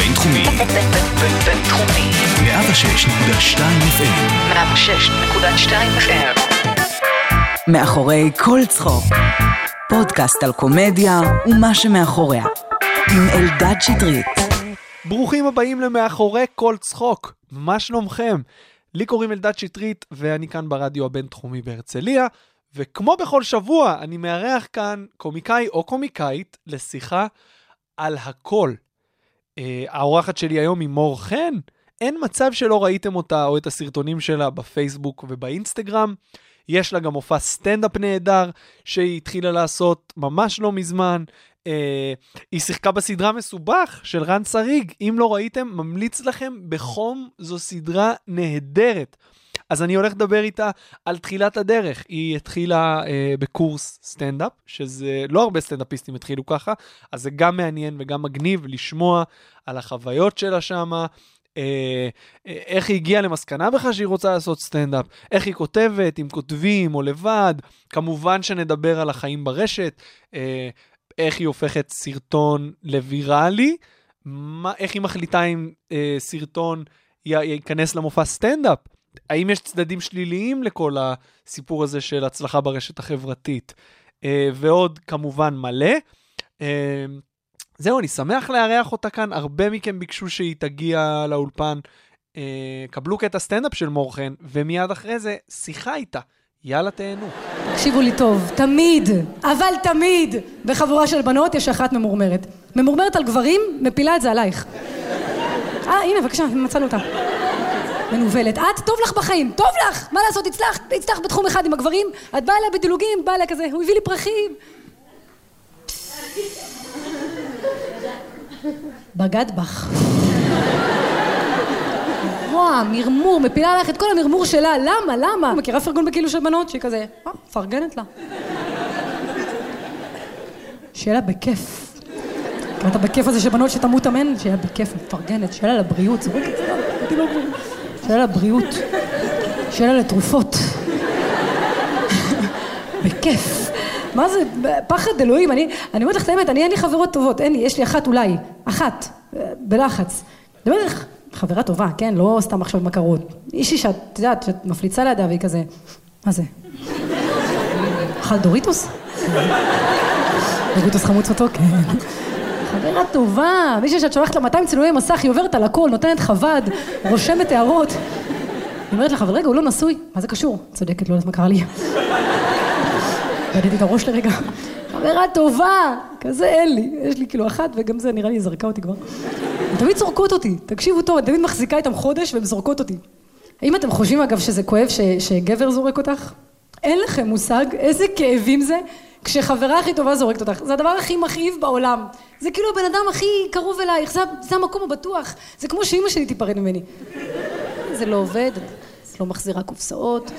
בינתחומי. בינתחומי. 106.2 FM. 106.2 FM. מאחורי כל צחוק. פודקאסט על קומדיה ומה שמאחוריה. עם אלדד שטרית. ברוכים הבאים למאחורי כל צחוק. מה שלומכם? לי קוראים אלדד שטרית ואני כאן ברדיו הבינתחומי בהרצליה. וכמו בכל שבוע אני מארח כאן קומיקאי או קומיקאית לשיחה על הכל. האורחת שלי היום היא מור חן. אין מצב שלא ראיתם אותה או את הסרטונים שלה בפייסבוק ובאינסטגרם. יש לה גם מופע סטנדאפ נהדר שהיא התחילה לעשות ממש לא מזמן. היא שיחקה בסדרה מסובך של רן שריג. אם לא ראיתם, ממליץ לכם בחום, זו סדרה נהדרת. אז אני הולך לדבר איתה על תחילת הדרך. היא התחילה בקורס סטנדאפ, שזה לא הרבה סטנדאפיסטים התחילו ככה, אז זה גם מעניין וגם מגניב לשמוע על החוויות שלה שמה, איך היא הגיעה למסקנה בכלל שהיא רוצה לעשות סטנדאפ, איך היא כותבת, אם כותבים או לבד, כמובן שנדבר על החיים ברשת, איך היא הופכת סרטון לוויראלי, איך היא מחליטה אם סרטון ייכנס למופע סטנדאפ, האם יש צדדים שליליים לכל הסיפור הזה של הצלחה ברשת החברתית, ועוד כמובן מלא. זהו, אני שמח לארח אותה כאן, הרבה מכם ביקשו שהיא תגיע לאולפן, קבלו קטע סטנדאפ של מור חן, ומיד אחרי זה שיחה איתה. יאללה תהנו. תקשיבו לי טוב, תמיד, אבל תמיד, בחבורה של בנות יש אחת ממורמרת. ממורמרת על גברים, מפילה את זה עלייך. הנה, בבקשה, מצאנו אותה. מנובלת. את, טוב לך בחיים, טוב לך! מה לעשות, הצלח בתחום אחד עם הגברים, את באה אליה בדילוגים, באה אליה כזה, הוא הביא לי פרחים. בגד בך. וואה, מרמור, מפילה עליך את כל המרמור שלה, למה? מכירה פרגון בכאילו של בנות, שהיא כזה, פרגנת לה. שיהיה לה בכיף. אתה בכיף הזה שבנות שתמות אמן, שיהיה לה בכיף, מפרגנת, שיהיה לה לבריאות, זה רגע, שיהיה לה לבריאות, שיהיה לה לתרופות. בכיף. מה זה? פחד אלוהים. אני אומרת לך את האמת, אין לי חברות טובות, יש לי אחת אולי, בלחץ. אני אומרת לך, חברה טובה, כן? לא סתם עכשיו מכרות. אישי שאת יודעת, שאת מפליצה לידה והיא כזה, מה זה? אכל דוריטוס? דוריטוס חמוץ אותו? כן. חברה טובה, מישהו שאת שולחת לה 200 צילומי מסך, היא עוברת על הכל, נותנת חבד, רושמת הערות. אני אומרת לך, אבל רגע, הוא לא נשוי. מה זה קשור? צודקת, לא יודעת מה קרה לי. ידעתי את הראש לרגע. חברה טובה, כזה אין לי. יש לי כאילו אחת, וגם זה נראה לי זרקה אותי כבר. הן תמיד זורקות אותי, תקשיבו טוב, אני תמיד מחזיקה איתם חודש והן זורקות אותי. האם אתם חושבים אגב שזה כואב שגבר זורק אותך? אין לכם מושג איזה כאבים זה כשחברה הכי טובה זורקת אותך. זה הדבר הכי מכאיב בעולם. זה כאילו הבן אדם הכי קרוב אלייך, זה המקום הבטוח. זה כמו שאמא שלי תיפרד ממני. זה לא עובד, לא מחזירה קופסאות.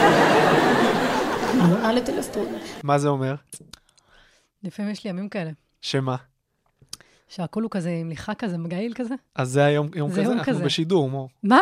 לא עונה לטלפון. מה זה אומר? לפעמים יש לי ימים כאלה. שמה? שהכל הוא כזה עם ליחה כזה, מגעיל כזה. אז זה היום כזה? אנחנו בשידור, מור. מה?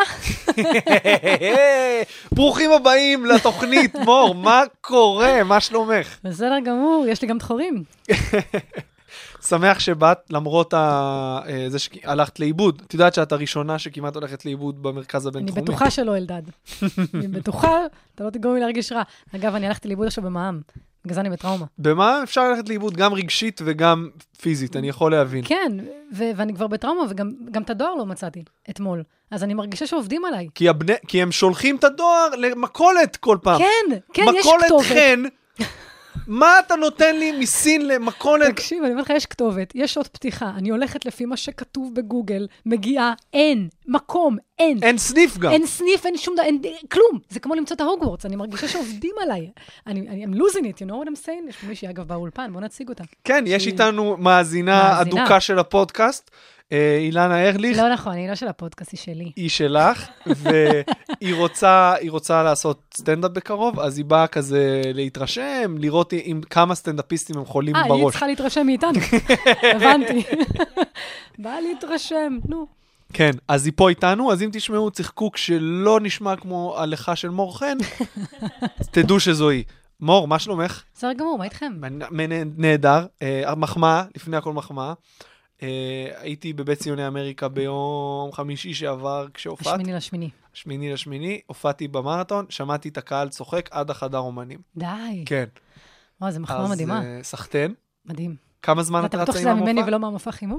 ברוכים הבאים לתוכנית, מור. מה קורה? מה שלומך? בסדר גמור, יש לי גם דחורים. שמח שבאת, למרות זה שהלכת לאיבוד. את יודעת שאת הראשונה שכמעט הולכת לאיבוד במרכז הבינתחומי. אני בטוחה שלא, אלדד. אני בטוחה, אתה לא תגרום לי להרגיש רע. אגב, אני הלכתי לאיבוד עכשיו במע"מ. בגלל אני בטראומה. במה אפשר ללכת לאיבוד? גם רגשית וגם פיזית, אני יכול להבין. כן, ואני כבר בטראומה, וגם את הדואר לא מצאתי אתמול. אז אני מרגישה שעובדים עליי. כי הם שולחים את הדואר למקולת כל פעם. כן, יש כתובת. מקולת חן. מה אתה נותן לי מסין למקולת? תקשיב, אני אומרת לך, יש כתובת, יש שעות פתיחה, אני הולכת לפי מה שכתוב בגוגל, מגיעה, אין, מקום, אין. אין סניף גם. אין סניף, אין שום דבר, אין כלום. זה כמו למצוא את ההוגוורטס, אני מרגישה שעובדים עליי. I'm losing it, you know what I'm saying? יש פה מישהי, אגב, באולפן, בוא נציג אותה. כן, יש איתנו מאזינה אדוקה של הפודקאסט, אילנה ארליך. לא נכון, היא לא של הפודקאסט, היא שלי. היא שלך, והיא רוצה לעשות סטנדאפ בקרוב, אז היא באה כזה להתרשם, לראות עם כמה סטנדאפיסטים הם חולים בראש. היא צריכה להתרשם מאיתנו. הבנתי. באה להתרשם, נו. כן, אז היא פה איתנו, אז אם תשמעו צחקוק שלא נשמע כמו הלכה של מור חן, תדעו שזו היא. מור, מה שלומך? בסדר גמור, מה איתכם? נהדר, מחמאה, לפני הכל מחמאה. הייתי בבית ציוני אמריקה ביום חמישי שעבר כשהופעת. 8/8. הופעתי במרתון, שמעתי את הקהל צוחק עד החדר אומנים. די. כן. וואו, זה מחמאה מדהימה. אז סחטן. מדהים. כמה זמן את רצה עם המופע? אתה בטוח שזה ממני ולא מהמופע חימום?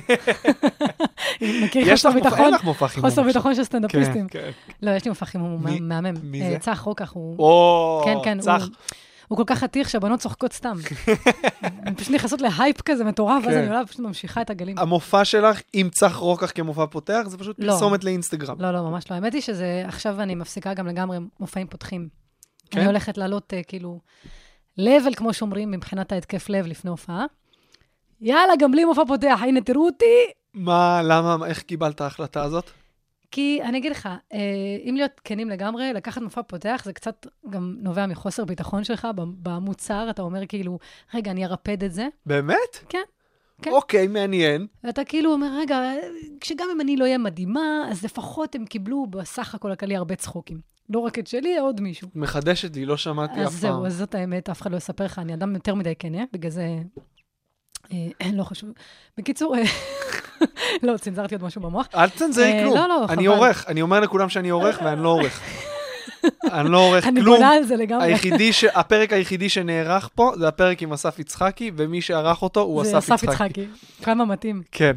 יש לך מופע חימום. חוסר ביטחון של סטנדאפיסטים. כן. לא, יש לי מופע חימום, הוא מהמם. מי זה? צח רוקח הוא... כן, צח. הוא כל כך חתיך שהבנות צוחקות סתם. הן פשוט נכנסות להייפ כזה מטורף, ואז אני עולה ופשוט ממשיכה את הגלים. המופע שלך עם צח רוקח כמופע פותח, זה פשוט פרסומת לאינסטגרם. לא, ממש לא. האמת היא שזה, עכשיו אני מפסיקה גם לגמרי מופעים פותחים. אני הולכת לעלות כאילו לבל, כמו שאומרים, מבחינת ההתקף לב לפני הופעה. יאללה, גם בלי מופע פותח, הנה, תראו אותי. מה, למה, איך קיבלת ההחלטה הזאת? כי אני אגיד לך, אם להיות כנים לגמרי, לקחת מופע פותח, זה קצת גם נובע מחוסר ביטחון שלך במוצר, אתה אומר כאילו, רגע, אני ארפד את זה. באמת? כן. אוקיי, מעניין. ואתה כאילו אומר, רגע, כשגם אם אני לא אהיה מדהימה, אז לפחות הם קיבלו בסך הכל הכללי הרבה צחוקים. לא רק את שלי, עוד מישהו. מחדשת לי, לא שמעתי אף פעם. אז זהו, אז זאת האמת, אף אחד לא יספר לך, אני אדם יותר מדי כנה, בגלל זה... לא חשוב. בקיצור, לא, צנזרתי עוד משהו במוח. אל תצנזרי כלום. לא, אני עורך. אני אומר לכולם שאני עורך, ואני לא עורך. אני לא עורך כלום. אני בונה על זה לגמרי. הפרק היחידי שנערך פה, זה הפרק עם אסף יצחקי, ומי שערך אותו הוא אסף יצחקי. זה אסף יצחקי. כמה מתאים. כן.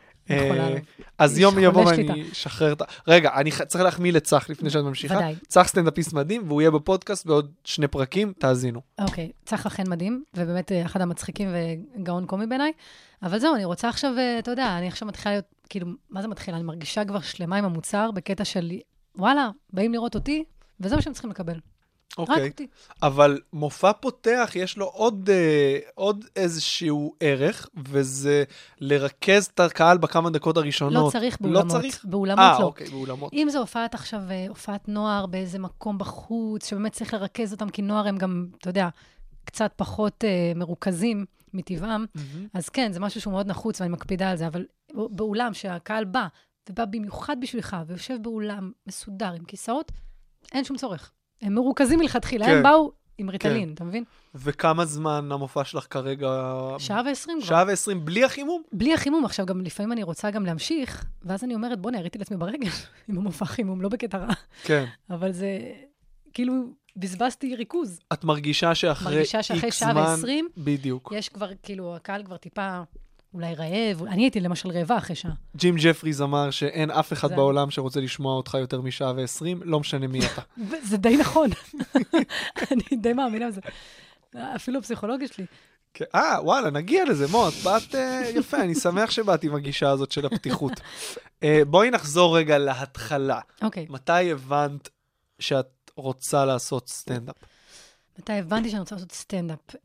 אז יום יבוא ואני אשחרר את... רגע, אני צריך להחמיא לצח לפני שאת ממשיכה. ודאי. צח סטנדאפיסט מדהים, והוא יהיה בפודקאסט בעוד 2 פרקים, תאזינו. אוקיי, צח אכן מדהים, ובאמת אחד המצחיקים וגאון קומי בעיניי. אבל זהו, אני רוצה עכשיו, אתה יודע, אני עכשיו מתחילה להיות, כאילו, מה זה מתחילה? אני מרגישה כבר שלמה עם המוצר, בקטע של, וואלה, באים לראות אותי, וזה מה שהם צריכים לקבל. אוקיי, אבל מופע פותח יש לו עוד איזשהו ערך, וזה לרכז את הקהל בכמה דקות הראשונות. לא צריך באולמות. לא צריך? באולמות לא. אוקיי, באולמות. אם זה הופעת עכשיו, הופעת נוער באיזה מקום בחוץ, שבאמת צריך לרכז אותם, כי נוער הם גם, אתה יודע, קצת פחות מרוכזים מטבעם, אז כן, זה משהו שהוא מאוד נחוץ, ואני מקפידה על זה, אבל באולם שהקהל בא, ובא במיוחד בשבילך, ויושב באולם מסודר עם כיסאות, אין שום צורך. הם מרוכזים מלכתחילה, הם באו עם ריטלין, אתה מבין? וכמה זמן המופע שלך כרגע? 1:20 כבר. 1:20, בלי החימום? בלי החימום, עכשיו גם לפעמים אני רוצה גם להמשיך, ואז אני אומרת, בוא נעריתי לעצמי ברגל, עם המופע חימום, לא בקטע רע. כן. אבל זה, כאילו, בזבזתי ריכוז. את מרגישה שאחרי X זמן, 1:20, בדיוק. יש כבר, כאילו, הקהל כבר טיפה... אולי רעב, אני הייתי למשל רעבה אחרי שעה. ג'ים ג'פריז אמר שאין אף אחד בעולם שרוצה לשמוע אותך יותר מ1:20, לא משנה מי אתה. זה די נכון. אני די מאמינה בזה. אפילו הפסיכולוגיה שלי. וואלה, נגיע לזה, מות. באת יפה, אני שמח שבאת עם הגישה הזאת של הפתיחות. בואי נחזור רגע להתחלה. אוקיי. מתי הבנת שאת רוצה לעשות סטנדאפ? מתי הבנתי שאני רוצה לעשות סטנדאפ?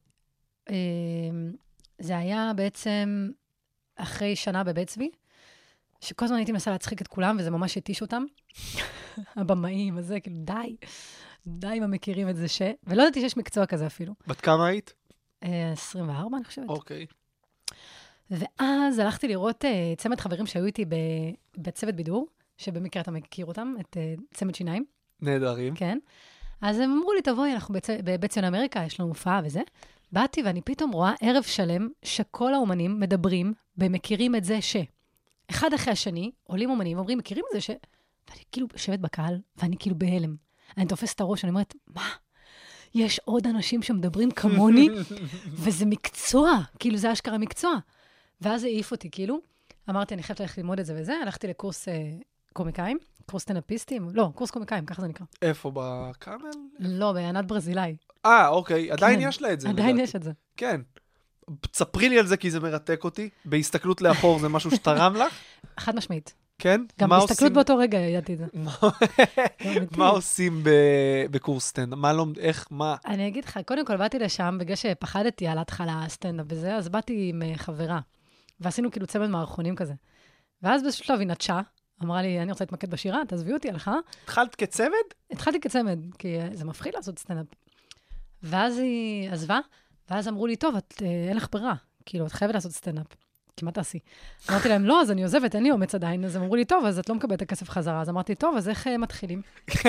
זה היה בעצם אחרי שנה בבית צבי, שכל הזמן הייתי מנסה להצחיק את כולם, וזה ממש התיש אותם. הבמאים, הזה, כאילו, די מה מכירים את זה ולא ידעתי שיש מקצוע כזה אפילו. בת כמה היית? 24, אני חושבת. אוקיי. ואז הלכתי לראות צמד חברים שהיו איתי בצוות בידור, שבמקרה אתה מכיר אותם, את צמד שיניים. נהדרים. כן. אז הם אמרו לי, תבואי, אנחנו בבית ציון אמריקה, יש לנו מופעה וזה. באתי ואני פתאום רואה ערב שלם שכל האומנים מדברים ומכירים את זה אחד אחרי השני, עולים אומנים ואומרים, מכירים את זה ואני כאילו יושבת בקהל, ואני כאילו בהלם. אני תופסת את הראש, אני אומרת, מה? יש עוד אנשים שמדברים כמוני, וזה מקצוע, כאילו זה אשכרה מקצוע. ואז העיף אותי, כאילו. אמרתי, אני חייבת ללכת ללמוד את זה וזה, הלכתי לקורס קומיקאים, קורס סטנדאפיסטים, לא, קורס קומיקאים, ככה זה נקרא. איפה, בקאמל? לא, בענת ברזילאי. אוקיי, עדיין יש לה את זה. עדיין יש את זה. כן. תספרי לי על זה, כי זה מרתק אותי. בהסתכלות לאחור זה משהו שתרם לך? חד משמעית. כן? גם בהסתכלות באותו רגע ידעתי את זה. מה עושים בקורס סטנדאפ? מה? אני אגיד לך, קודם כל באתי לשם, בגלל שפחדתי על ההתחלה סטנדאפ וזה, אז באתי עם חברה, ועשינו כאילו צמד מערכונים כזה. ואז באיזשהו שלב היא נטשה, אמרה לי, אני רוצה להתמקד בשירה, תעזבי אותי, הלכה. התחלת כצמד? התחלתי כצמד, כי זה מפחיד לעשות סטנדאפ. ואז היא עזבה, ואז אמרו לי, טוב, אין לך ברירה, כאילו, את חייבת לעשות סטנדאפ. כמעט תעשי. אמרתי להם, לא, אז אני עוזבת, אין לי אומץ עדיין. אז הם אמרו לי, טוב, אז את לא מקבלת את הכסף חזרה. אז אמרתי, טוב, אז איך מתחילים?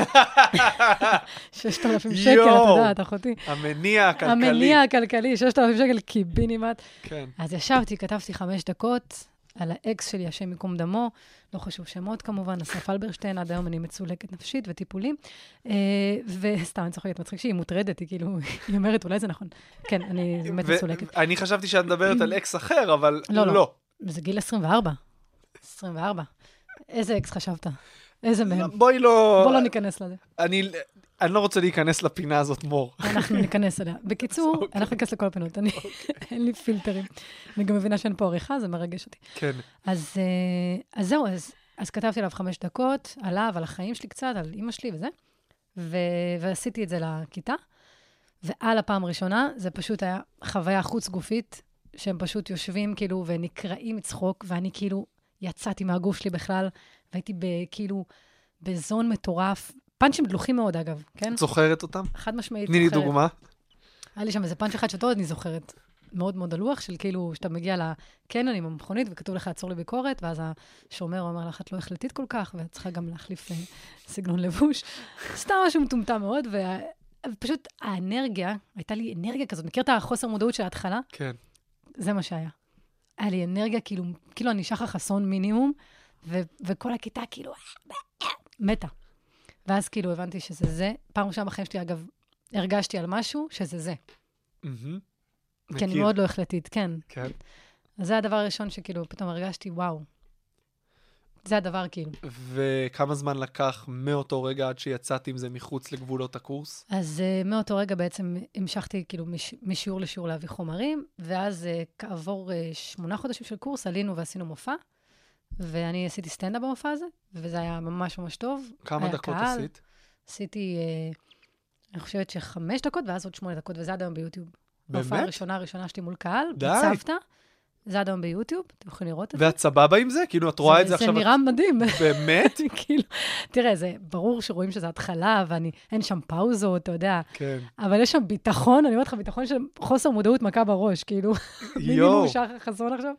6,000 שקל, אתה יודעת, אחותי. המניע הכלכלי. המניע הכלכלי, 6,000 שקל, קיבינימט. כן. אז ישבתי, כתבתי 5 דקות, על האקס שלי, השם מקום דמו, לא חשוב שמות כמובן, אסף אלברשטיין, עד היום אני מצולקת נפשית וטיפולים, וסתם, אני צוחקת, מצחיק שהיא מוטרדת, היא כאילו, היא אומרת, אולי זה נכון. כן, אני באמת מצולקת. אני חשבתי שאת מדברת על אקס אחר, אבל לא. זה גיל 24. 24. איזה אקס חשבת? איזה מהם? בואי לא ניכנס לזה. אני לא רוצה להיכנס לפינה הזאת, מור. אנחנו ניכנס אליה. בקיצור, אנחנו ניכנס לכל הפינות. אין לי פילטרים. אני גם מבינה שאין פה עריכה, זה מרגש אותי. כן. אז זהו, אז כתבתי עליו 5 דקות, עליו, על החיים שלי קצת, על אמא שלי וזה, ועשיתי את זה לכיתה, ועל הפעם הראשונה, זה פשוט היה חוויה חוץ גופית, שהם פשוט יושבים כאילו ונקראים מצחוק, ואני כאילו יצאתי מהגוף שלי בכלל, והייתי כאילו בזון מטורף, פאנצ'ים דלוחים מאוד אגב, כן? זוכרת אותם? חד משמעית תני לי דוגמה. היה לי שם איזה פאנץ' אחד שטוב, אני זוכרת. מאוד מאוד הלוח של כאילו, שאתה מגיע לקניון עם המכונית, וכתוב לך עצור לביקורת, ואז השומר אומר לך, את לא החלטית כל כך, ואת צריכה גם להחליף סגנון לבוש. סתם משהו מטומטם מאוד, ופשוט האנרגיה, הייתה לי אנרגיה כזאת, מכיר את החוסר מודעות של ההתחלה? כן. זה מה שהיה. היה לי אנרגיה, כאילו אני שחר חסון מינימום, וכל הכיתה כאילו, מתה. ואז כאילו הבנתי שזה זה. פעם ראשונה בחיים שלי, אגב, הרגשתי על משהו שזה זה. כי אני מאוד לא החלטית, כן. כן. אז זה הדבר הראשון שכאילו פתאום הרגשתי, וואו. זה הדבר כאילו. וכמה זמן לקח מאותו רגע עד שיצאתי עם זה מחוץ לגבולות הקורס? אז מאותו רגע בעצם המשכתי כאילו משיעור לשיעור להביא חומרים, ואז כעבור 8 חודשים של קורס עלינו ועשינו מופע, ואני עשיתי סטנדאפ במופע הזה, וזה היה ממש ממש טוב. כמה דקות עשית? עשיתי, אני חושבת ש5 דקות, ואז עוד 8 דקות, וזה עד היום ביוטיוב. באמת? ההופעה הראשונה שלי מול קהל, די. בצוותא, זה עד היום ביוטיוב, אתם יכולים לראות את זה. ואת סבבה עם זה? כאילו, את רואה את זה עכשיו? זה נראה מדהים. באמת? כאילו, תראה, זה ברור שרואים שזה התחלה, ואין שם פאוזות, אתה יודע. כן. אבל יש שם ביטחון, אני אומרת לך, ביטחון של חוסר מודעות מכה בראש, כאילו. מינימום שחר חסון עכשיו.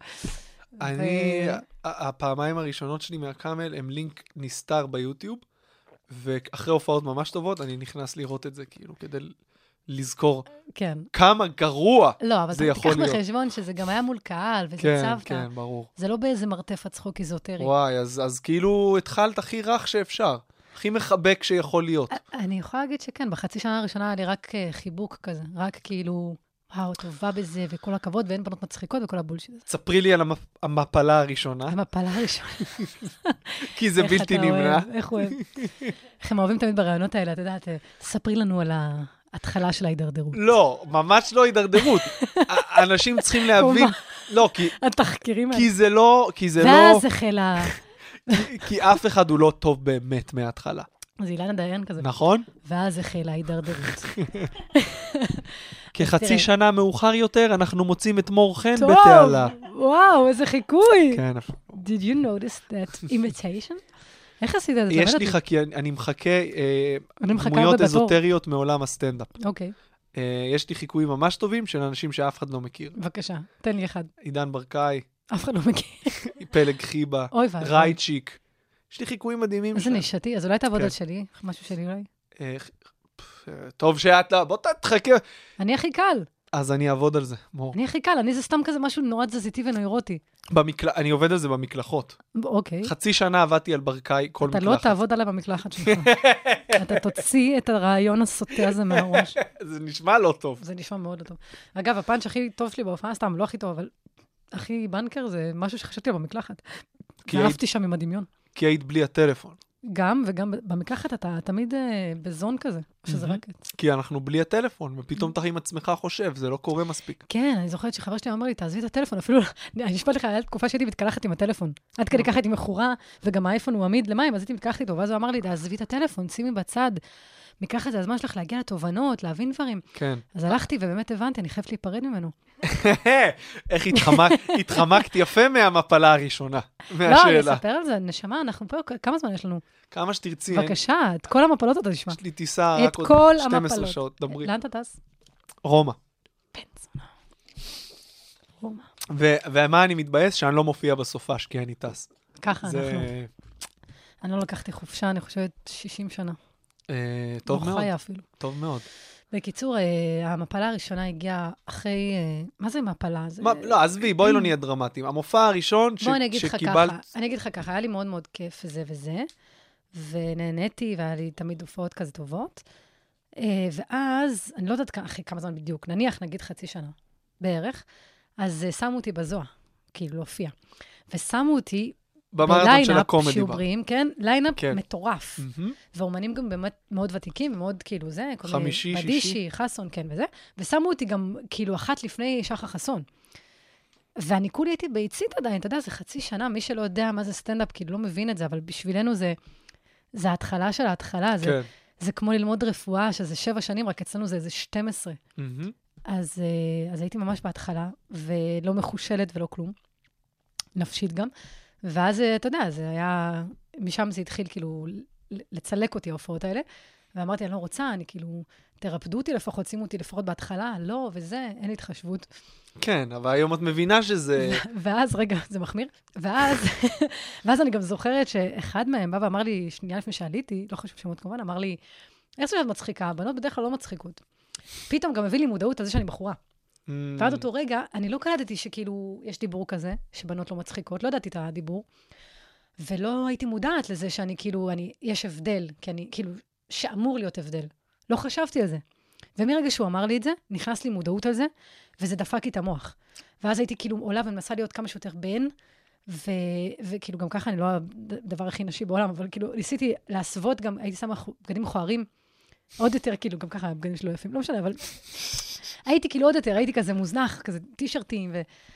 הפעמיים הראשונות שלי מהקאמל הם לינק נסתר ביוטיוב, ואחרי הופעות ממש טובות, אני נכנס לראות את זה, כאילו, כדי לזכור כמה גרוע זה יכול להיות. לא, אבל אתה תיקח בחשבון שזה גם היה מול קהל, וזה צוותא. כן, ברור. זה לא באיזה מרתף הצחוק איזוטרי. וואי, אז כאילו התחלת הכי רך שאפשר. הכי מחבק שיכול להיות. אני יכולה להגיד שכן, בחצי שנה הראשונה היה לי רק חיבוק כזה, רק כאילו, וואו, טובה בזה, וכל הכבוד, ואין בנות מצחיקות וכל הבולשיט. ספרי לי על המפלה הראשונה. המפלה הראשונה. כי זה בלתי נמנע. איך הוא אוהב. איך הם אוהבים תמיד ברעיונות האלה, אתה יודעת, ספרי לנו על ההתחלה של ההידרדרות. לא, ממש לא הידרדרות. אנשים צריכים להבין, לא, כי... התחקירים האלה. כי זה לא... ואז החלה... כי אף אחד הוא לא טוב באמת מההתחלה. זה אילנה דיין כזה. נכון? ואז החלה ההידרדרות. כחצי שנה מאוחר יותר, אנחנו מוצאים את מור חן בתעלה. וואו, איזה חיקוי. כן. Did you notice that imitation? איך עשית את זה? יש לי אני מחכה דמויות אזוטריות מעולם הסטנדאפ. אוקיי. יש לי חיקויים ממש טובים של אנשים שאף אחד לא מכיר. בבקשה, תן לי אחד. עידן ברקאי. אף אחד לא מכיר. פלג חיבה. רייצ'יק. יש לי חיקויים מדהימים. איזה נישתי, אז אולי תעבוד על שלי, משהו שלי אולי. טוב שאת לא, בוא תחכה. אני הכי קל. אז אני אעבוד על זה, מור. אני הכי קל, אני זה סתם כזה משהו נורא תזזיתי ונוירוטי. אני עובד על זה במקלחות. אוקיי. חצי שנה עבדתי על ברקאי כל מקלחת. אתה לא תעבוד עליו במקלחת שלך. אתה תוציא את הרעיון הסוטה הזה מהראש. זה נשמע לא טוב. זה נשמע מאוד לא טוב. אגב, הפאנץ' הכי טוב שלי בהופעה, סתם, לא הכי טוב, אבל הכי בנקר זה משהו שחשבתי על במקלחת. ואהבתי שם עם הדמיון. כי היית בלי הטלפון. גם, וגם במקלחת אתה תמיד בזון כזה, שזה רק... כי אנחנו בלי הטלפון, ופתאום אתה עם עצמך חושב, זה לא קורה מספיק. כן, אני זוכרת שחבר שלי אמר לי, תעזבי את הטלפון, אפילו, אני אשפט לך, היה תקופה שהייתי מתקלחת עם הטלפון. עד כדי ככה הייתי מכורה, וגם האייפון הוא עמיד למים, אז הייתי מתקלחת איתו, ואז הוא אמר לי, תעזבי את הטלפון, שימי בצד. מקלחת זה הזמן שלך להגיע לתובנות, להבין דברים. כן. אז הלכתי ובאמת הבנתי, אני חייבת להיפרד ממנו. איך התחמקת יפה מהמפלה הראשונה, מהשאלה. לא, אני אספר על זה, נשמה, אנחנו פה, כמה זמן יש לנו? כמה שתרצי. בבקשה, את כל המפלות אתה תשמע. יש לי טיסה רק עוד 12 שעות, דברי. לאן אתה טס? רומא. בן זונה. רומא. ומה אני מתבאס? שאני לא מופיע בסופש, כי אני טס. ככה אנחנו. אני לא לקחתי חופשה, אני חושבת 60 שנה. טוב מאוד. חיה אפילו. טוב מאוד. בקיצור, המפלה הראשונה הגיעה אחרי... מה זה מפלה? לא, עזבי, בואי לא נהיה דרמטיים. המופע הראשון שקיבלת... אני אגיד לך ככה, היה לי מאוד מאוד כיף זה וזה, ונהניתי, והיה לי תמיד הופעות כזה טובות. ואז, אני לא יודעת אחרי כמה זמן בדיוק, נגיד חצי שנה בערך, אז שמו אותי בזוהה, כאילו להופיע. ושמו אותי בליינאפ שיוברים, כן? ליינאפ מטורף. ואומנים גם באמת מאוד ותיקים, ומאוד כאילו זה, חמישי, שישי. בדישי, חסון, כן, וזה. ושמו אותי גם כאילו אחת לפני שחר חסון. ואני כולי הייתי ביצית עדיין, אתה יודע, זה חצי שנה, מי שלא יודע מה זה סטנדאפ, כאילו לא מבין את זה, אבל בשבילנו זה ההתחלה של ההתחלה, זה כמו ללמוד רפואה, שזה 7 שנים, רק אצלנו זה איזה 12. אז הייתי ממש בהתחלה, ולא מחושלת ולא כלום. נפשית גם. ואז, אתה יודע, זה היה... משם זה התחיל כאילו לצלק אותי, ההופעות האלה. ואמרתי, אני לא רוצה, אני כאילו... תרפדו אותי לפחות, שימו אותי לפחות בהתחלה, לא, וזה, אין לי התחשבות. כן, אבל היום את מבינה שזה... ואז, רגע, זה מחמיר. ואז אני גם זוכרת שאחד מהם בא ואמר לי, שנייה לפני שעליתי, לא חשוב שמות כמובן, אמר לי, איך זה שאת מצחיקה? הבנות בדרך כלל לא מצחיקות. פתאום גם הביא לי מודעות על זה שאני בחורה. ועד אותו רגע, אני לא קלטתי שכאילו יש דיבור כזה, שבנות לא מצחיקות, לא ידעתי את הדיבור, ולא הייתי מודעת לזה שאני כאילו, יש הבדל, כי אני כאילו, שאמור להיות הבדל. לא חשבתי על זה. ומרגע שהוא אמר לי את זה, נכנס לי מודעות על זה, וזה דפק לי את המוח. ואז הייתי כאילו עולה ומנסה להיות כמה שיותר בן, וכאילו גם ככה אני לא הדבר הכי נשי בעולם, אבל כאילו ניסיתי להסוות גם, הייתי שמה בגדים מכוערים, עוד יותר כאילו, גם ככה הבגדים שלו יפים, לא משנה, אבל הייתי כאילו עוד יותר, הייתי כזה מוזנח, כזה טישרטים,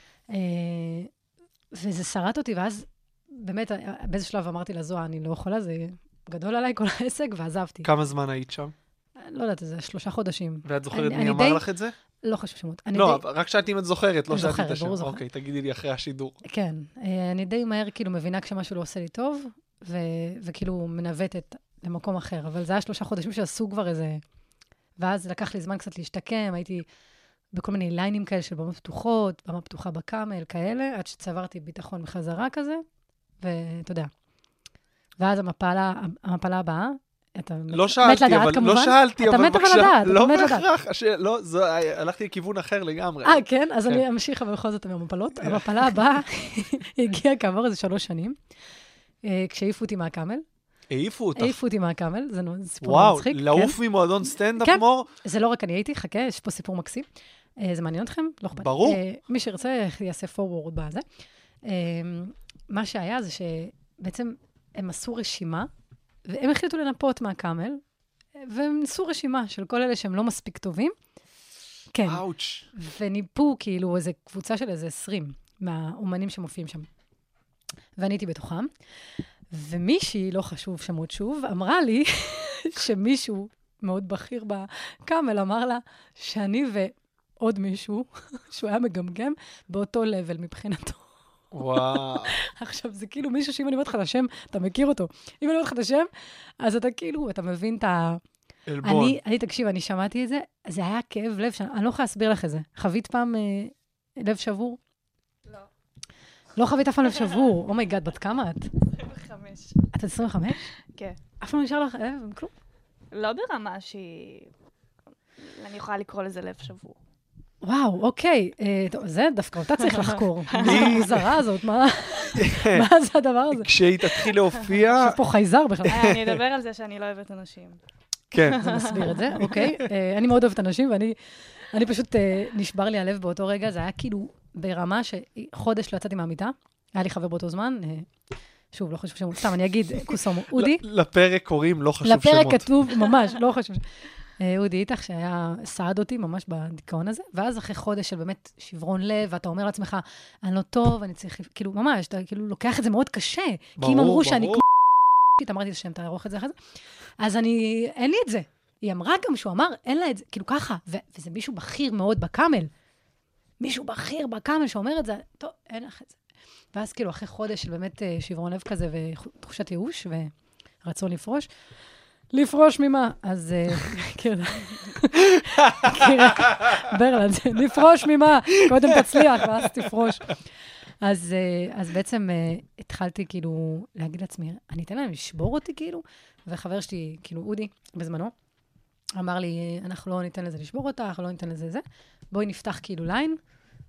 וזה שרט אותי, ואז באמת באיזה שלב אמרתי לזוהה, אני לא יכולה, זה גדול עליי כל העסק, ועזבתי. כמה זמן היית שם? לא יודעת, זה 3 חודשים. ואת זוכרת מי אמר לך את זה? לא חשוב שמות. לא, רק שאלתי אם את זוכרת, לא שאלתי את השם. ברור זוכרת. אוקיי, תגידי לי אחרי השידור. כן, אני די מהר כאילו מבינה כשמשהו לא עושה לי טוב, וכאילו מנווטת למקום אחר, אבל זה היה 3 חודשים שעשו כבר איזה... ואז לקח לי זמן קצת להשתקם, הייתי בכל מיני ליינים כאלה של במות פתוחות, במה פתוחה בקאמל, כאלה, עד שצברתי ביטחון מחזרה כזה, ואתה יודע. ואז המפלה הבאה, לא שאלתי, אבל לא שאלתי, אבל בבקשה, לא בהכרח, לא, הלכתי לכיוון אחר לגמרי. כן, אז אני אמשיך בכל זאת מהמפלות. המפלה הבאה הגיעה כעבור איזה 3 שנים, כשהעיפו אותי מהקאמל. העיפו אותך? העיפו אותי מהקאמל, זה סיפור מצחיק. וואו, לעוף ממועדון סטנדאפ מור? כן, זה לא רק אני הייתי, חכה, יש פה סיפור מקסים. זה מעניין אתכם? לא אכפת. ברור. מי שירצה יעשה forward בזה. מה שהיה זה שבעצם הם עשו רשימה, והם החליטו לנפות מהקאמל, והם ניסו רשימה של כל אלה שהם לא מספיק טובים. כן. אאוץ'. וניפו כאילו איזו קבוצה של איזה 20 מהאומנים שמופיעים שם. ואני הייתי בתוכם. ומישהי, לא חשוב שמות שוב, אמרה לי שמישהו מאוד בכיר בקאמל אמר לה שאני ועוד מישהו, שהוא היה מגמגם, באותו לבל מבחינתו. וואו. עכשיו, זה כאילו מישהו שאם אני אומרת לך את השם, אתה מכיר אותו. אם אני אומרת לך את השם, אז אתה כאילו, אתה מבין את ה... אלבון. תקשיב, אני שמעתי את זה, זה היה כאב לב, אני לא יכולה להסביר לך את זה. חווית פעם לב שבור? לא. לא חווית אף פעם לב שבור. אומייגאד, בת כמה את? 25. את 25? כן. אף פעם נשאר לך לב? כלום? לא ברמה שהיא... אני יכולה לקרוא לזה לב שבור. וואו, אוקיי. טוב, זה דווקא אותה צריך לחקור. מה המוזרה הזאת? מה זה הדבר הזה? כשהיא תתחיל להופיע... יש פה חייזר בכלל. אני אדבר על זה שאני לא אוהבת אנשים. כן. זה מסביר את זה, אוקיי. אני מאוד אוהבת אנשים, ואני פשוט נשבר לי הלב באותו רגע. זה היה כאילו ברמה שחודש לא יצאתי מהמיטה. היה לי חבר באותו זמן. שוב, לא חשוב שמות. סתם, אני אגיד, קוסום, אודי. לפרק קוראים, לא חשוב שמות. לפרק כתוב, ממש, לא חשוב. אודי איתך, שהיה סעד אותי ממש בדיכאון הזה, ואז אחרי חודש של באמת שברון לב, ואתה אומר לעצמך, אני לא טוב, אני צריך, כאילו, ממש, אתה כאילו לוקח את זה מאוד קשה, כי אם אמרו שאני כמו אמרתי לשם, תערוך את זה אחרי זה, אז אין לי את זה. היא אמרה גם שהוא אמר, אין לה את זה, כאילו ככה, וזה מישהו בכיר מאוד בקאמל, מישהו בכיר בקאמל שאומר את זה, טוב, אין לך את זה. ואז כאילו אחרי חודש של באמת שברון לב כזה, ותחושת ייאוש, ורצון לפרוש ממה? אז ברלנד, לפרוש ממה? קודם תצליח, ואז תפרוש. אז בעצם התחלתי כאילו להגיד לעצמי, אני אתן להם לשבור אותי כאילו, וחבר שלי, כאילו אודי, בזמנו, אמר לי, אנחנו לא ניתן לזה לשבור אותך, לא ניתן לזה זה, בואי נפתח כאילו ליין,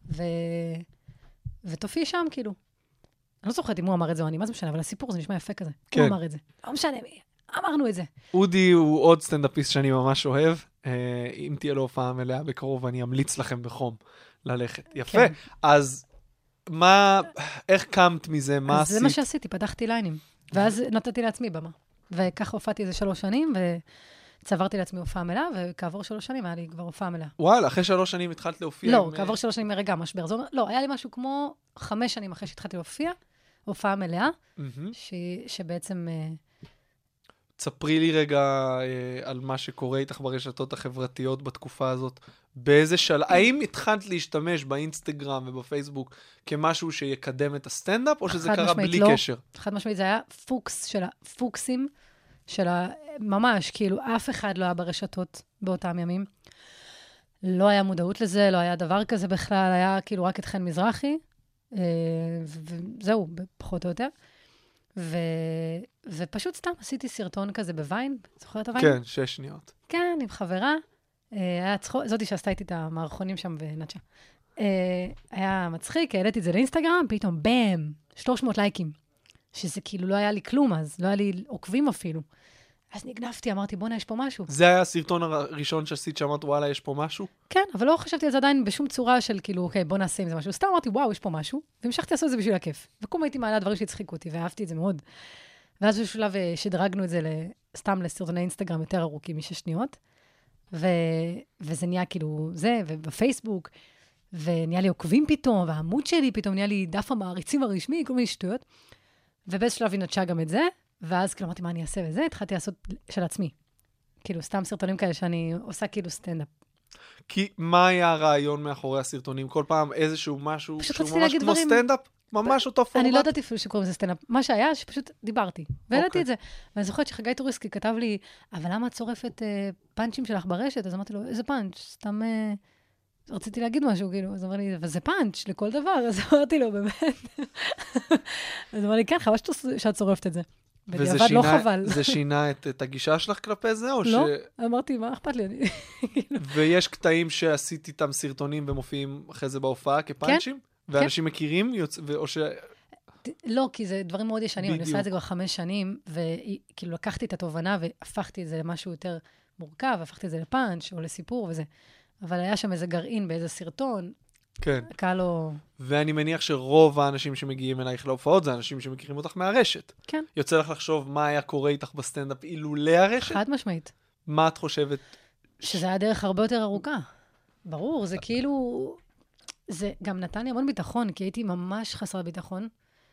ותופיעי שם כאילו. אני לא זוכרת אם הוא אמר את זה או אני, מה זה משנה, אבל הסיפור זה נשמע יפה כזה. כן. הוא אמר את זה. לא משנה, אמרנו את זה. אודי הוא עוד סטנדאפיסט שאני ממש אוהב. אם תהיה לו הופעה מלאה בקרוב, אני אמליץ לכם בחום ללכת. יפה. כן. אז איך קמת מזה? מה עשית? אז זה מה שעשיתי, פתחתי ליינים. ואז נתתי לעצמי במה. וככה הופעתי איזה 3 שנים, וצברתי לעצמי הופעה מלאה, וכעבור 3 שנים היה לי כבר הופעה מלאה. וואלה, אחרי 3 שנים התחלת להופיע? לא, כעבור 3 שנים מרגע משבר. לא, היה לי משהו כמו 5 שנים אחרי שהתחלתי להופיע, הופעה מלאה, שבעצם... תספרי לי רגע על מה שקורה איתך ברשתות החברתיות בתקופה הזאת. באיזה האם התחלת להשתמש באינסטגרם ובפייסבוק כמשהו שיקדם את הסטנדאפ, או שזה קרה בלי קשר? חד משמעית, זה היה פוקסים של ממש, כאילו אף אחד לא היה ברשתות באותם ימים. לא היה מודעות לזה, לא היה דבר כזה בכלל, היה כאילו רק את חן מזרחי, וזהו, פחות או יותר. ופשוט סתם עשיתי סרטון כזה בוויין, זוכרת את הוויין? כן, 6 שניות. כן, עם חברה. היה צחוק, זאתי שעשתה איתי את המערכונים שם ונצ'ה. היה מצחיק, העליתי את זה לאינסטגרם, פתאום בם, 300 לייקים. שזה כאילו לא היה לי כלום אז, לא היה לי עוקבים אפילו. אז נגנפתי, אמרתי, בוא'נה, יש פה משהו. זה היה הסרטון הראשון שעשית, שאמרת, וואלה, יש פה משהו? כן, אבל לא חשבתי על זה עדיין בשום צורה של כאילו, אוקיי, בוא נעשה עם זה משהו. סתם אמרתי, וואו, יש פה משהו, והמשכתי לעשות את זה בשביל הכיף. וקום הייתי מעלה דברים שהצחיקו אותי, ואהבתי את זה מאוד. ואז בשלב שדרגנו את זה סתם לסרטוני אינסטגרם יותר ארוכים, 6 שניות. וזה נהיה כאילו זה, ובפייסבוק, ונהיה לי עוקבים פתאום, והעמוד שלי פתאום נהיה לי דף המעריצים הרשמי, כל מיני שטויות. ובאיזה שלב היא נטשה גם את זה, ואז כאילו אמרתי, מה אני אעשה וזה? התחלתי לעשות של עצמי. כאילו, סתם סרטונים כאלה שאני עושה כאילו סטנדאפ. כי מה היה הרעיון מאחורי הסרטונים? כל פעם איזשהו משהו שהוא ממש כמו דברים... סטנדאפ? ממש אותו פורמט? אני לא ידעתי אפילו שקוראים לזה סטנדאפ. מה שהיה, שפשוט דיברתי. והעליתי את זה. ואני זוכרת שחגי טוריסקי כתב לי, אבל למה את צורפת פאנצ'ים שלך ברשת? אז אמרתי לו, איזה פאנץ'? סתם... רציתי להגיד משהו, כאילו, אז אמר לי, אבל זה פאנץ' לכל דבר, אז אמרתי לו, באמת. אז אמר לי, כן, חבל שאת צורפת את זה. בדיעבד לא חבל. זה שינה את הגישה שלך כלפי זה, או לא, אמרתי, מה אכפת לי? ויש קטעים שעשית איתם סרטונים ומופיעים אחרי זה בהופעה כפאנצ'ים? ואנשים מכירים? או ש... לא, כי זה דברים מאוד ישנים. אני עושה את זה כבר 5 שנים, וכאילו לקחתי את התובנה והפכתי את זה למשהו יותר מורכב, הפכתי את זה לפאנץ' או לסיפור וזה. אבל היה שם איזה גרעין באיזה סרטון. כן. קל לו... ואני מניח שרוב האנשים שמגיעים אלייך להופעות, זה אנשים שמכירים אותך מהרשת. כן. יוצא לך לחשוב מה היה קורה איתך בסטנדאפ אילולא הרשת? חד משמעית. מה את חושבת? שזה היה דרך הרבה יותר ארוכה. ברור, זה כאילו... זה גם נתן לי המון ביטחון, כי הייתי ממש חסרת ביטחון.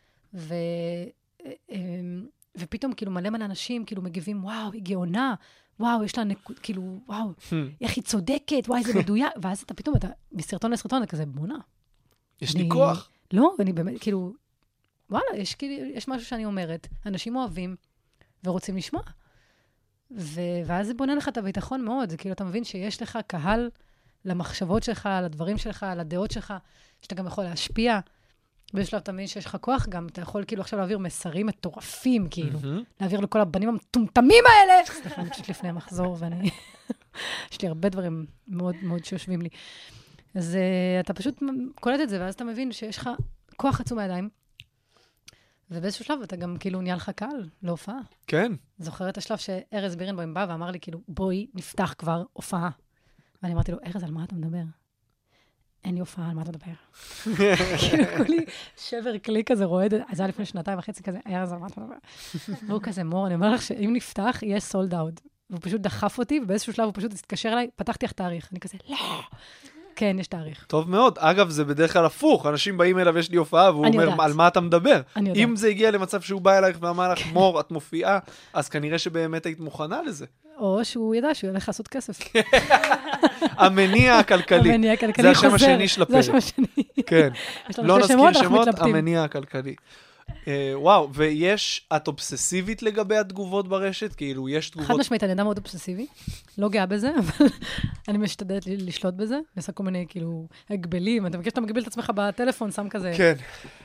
ופתאום כאילו מלא אנשים כאילו מגיבים, וואו, היא גאונה. וואו, יש לה כאילו, וואו, איך היא צודקת, וואי, זה מדויק. ואז אתה פתאום, אתה מסרטון לסרטון, אתה כזה, בונה. יש לי כוח. לא, ואני באמת, כאילו, וואלה, יש משהו שאני אומרת, אנשים אוהבים ורוצים לשמוע. ואז זה בונה לך את הביטחון מאוד, זה כאילו, אתה מבין שיש לך קהל למחשבות שלך, לדברים שלך, לדעות שלך, שאתה גם יכול להשפיע. בשלב אתה מבין שיש לך כוח גם, אתה יכול כאילו עכשיו להעביר מסרים מטורפים, כאילו. להעביר לכל הבנים המטומטמים האלה. סליחה, אני פשוט לפני המחזור, ואני... יש לי הרבה דברים מאוד מאוד שיושבים לי. אז אתה פשוט קולט את זה, ואז אתה מבין שיש לך כוח עצום בידיים, ובאיזשהו שלב אתה גם כאילו נהיה לך קהל להופעה. כן. זוכר את השלב שארז בירנבוים בא ואמר לי, כאילו, בואי נפתח כבר הופעה. ואני אמרתי לו, ארז, על מה אתה מדבר? אין לי הופעה, על מה אתה מדבר? כאילו, כולי שבר כלי כזה רועד, אז היה לפני 2.5 כזה, ארז, על מה אתה מדבר? והוא כזה, מור, אני אומר לך שאם נפתח, יהיה סולד אאוט. והוא פשוט דחף אותי, ובאיזשהו שלב הוא פשוט התקשר אליי, פתחתי לך תאריך. אני כזה, לא! כן, יש תאריך. טוב מאוד. אגב, זה בדרך כלל הפוך. אנשים באים אליו, יש לי הופעה, והוא אומר, על מה אתה מדבר? אם זה הגיע למצב שהוא בא אלייך ואמר לך, מור, את מופיעה, אז כנראה שבאמת היית מוכנה לזה. או שהוא ידע שהוא ילך לעשות כסף. המניע הכלכלי. המניע הכלכלי זה חוזר. השם השני של הפרק. זה השם השני. כן. לא נזכיר שמות, מתלבטים. המניע הכלכלי. וואו, את אובססיבית לגבי התגובות ברשת? כאילו, יש תגובות... חד משמעית, אני אדם מאוד אובססיבי. לא גאה בזה, אבל אני משתדלת לשלוט בזה. ועושה כל מיני, כאילו, הגבלים. אתה מכיר שאתה מגביל את עצמך בטלפון, שם כזה... כן.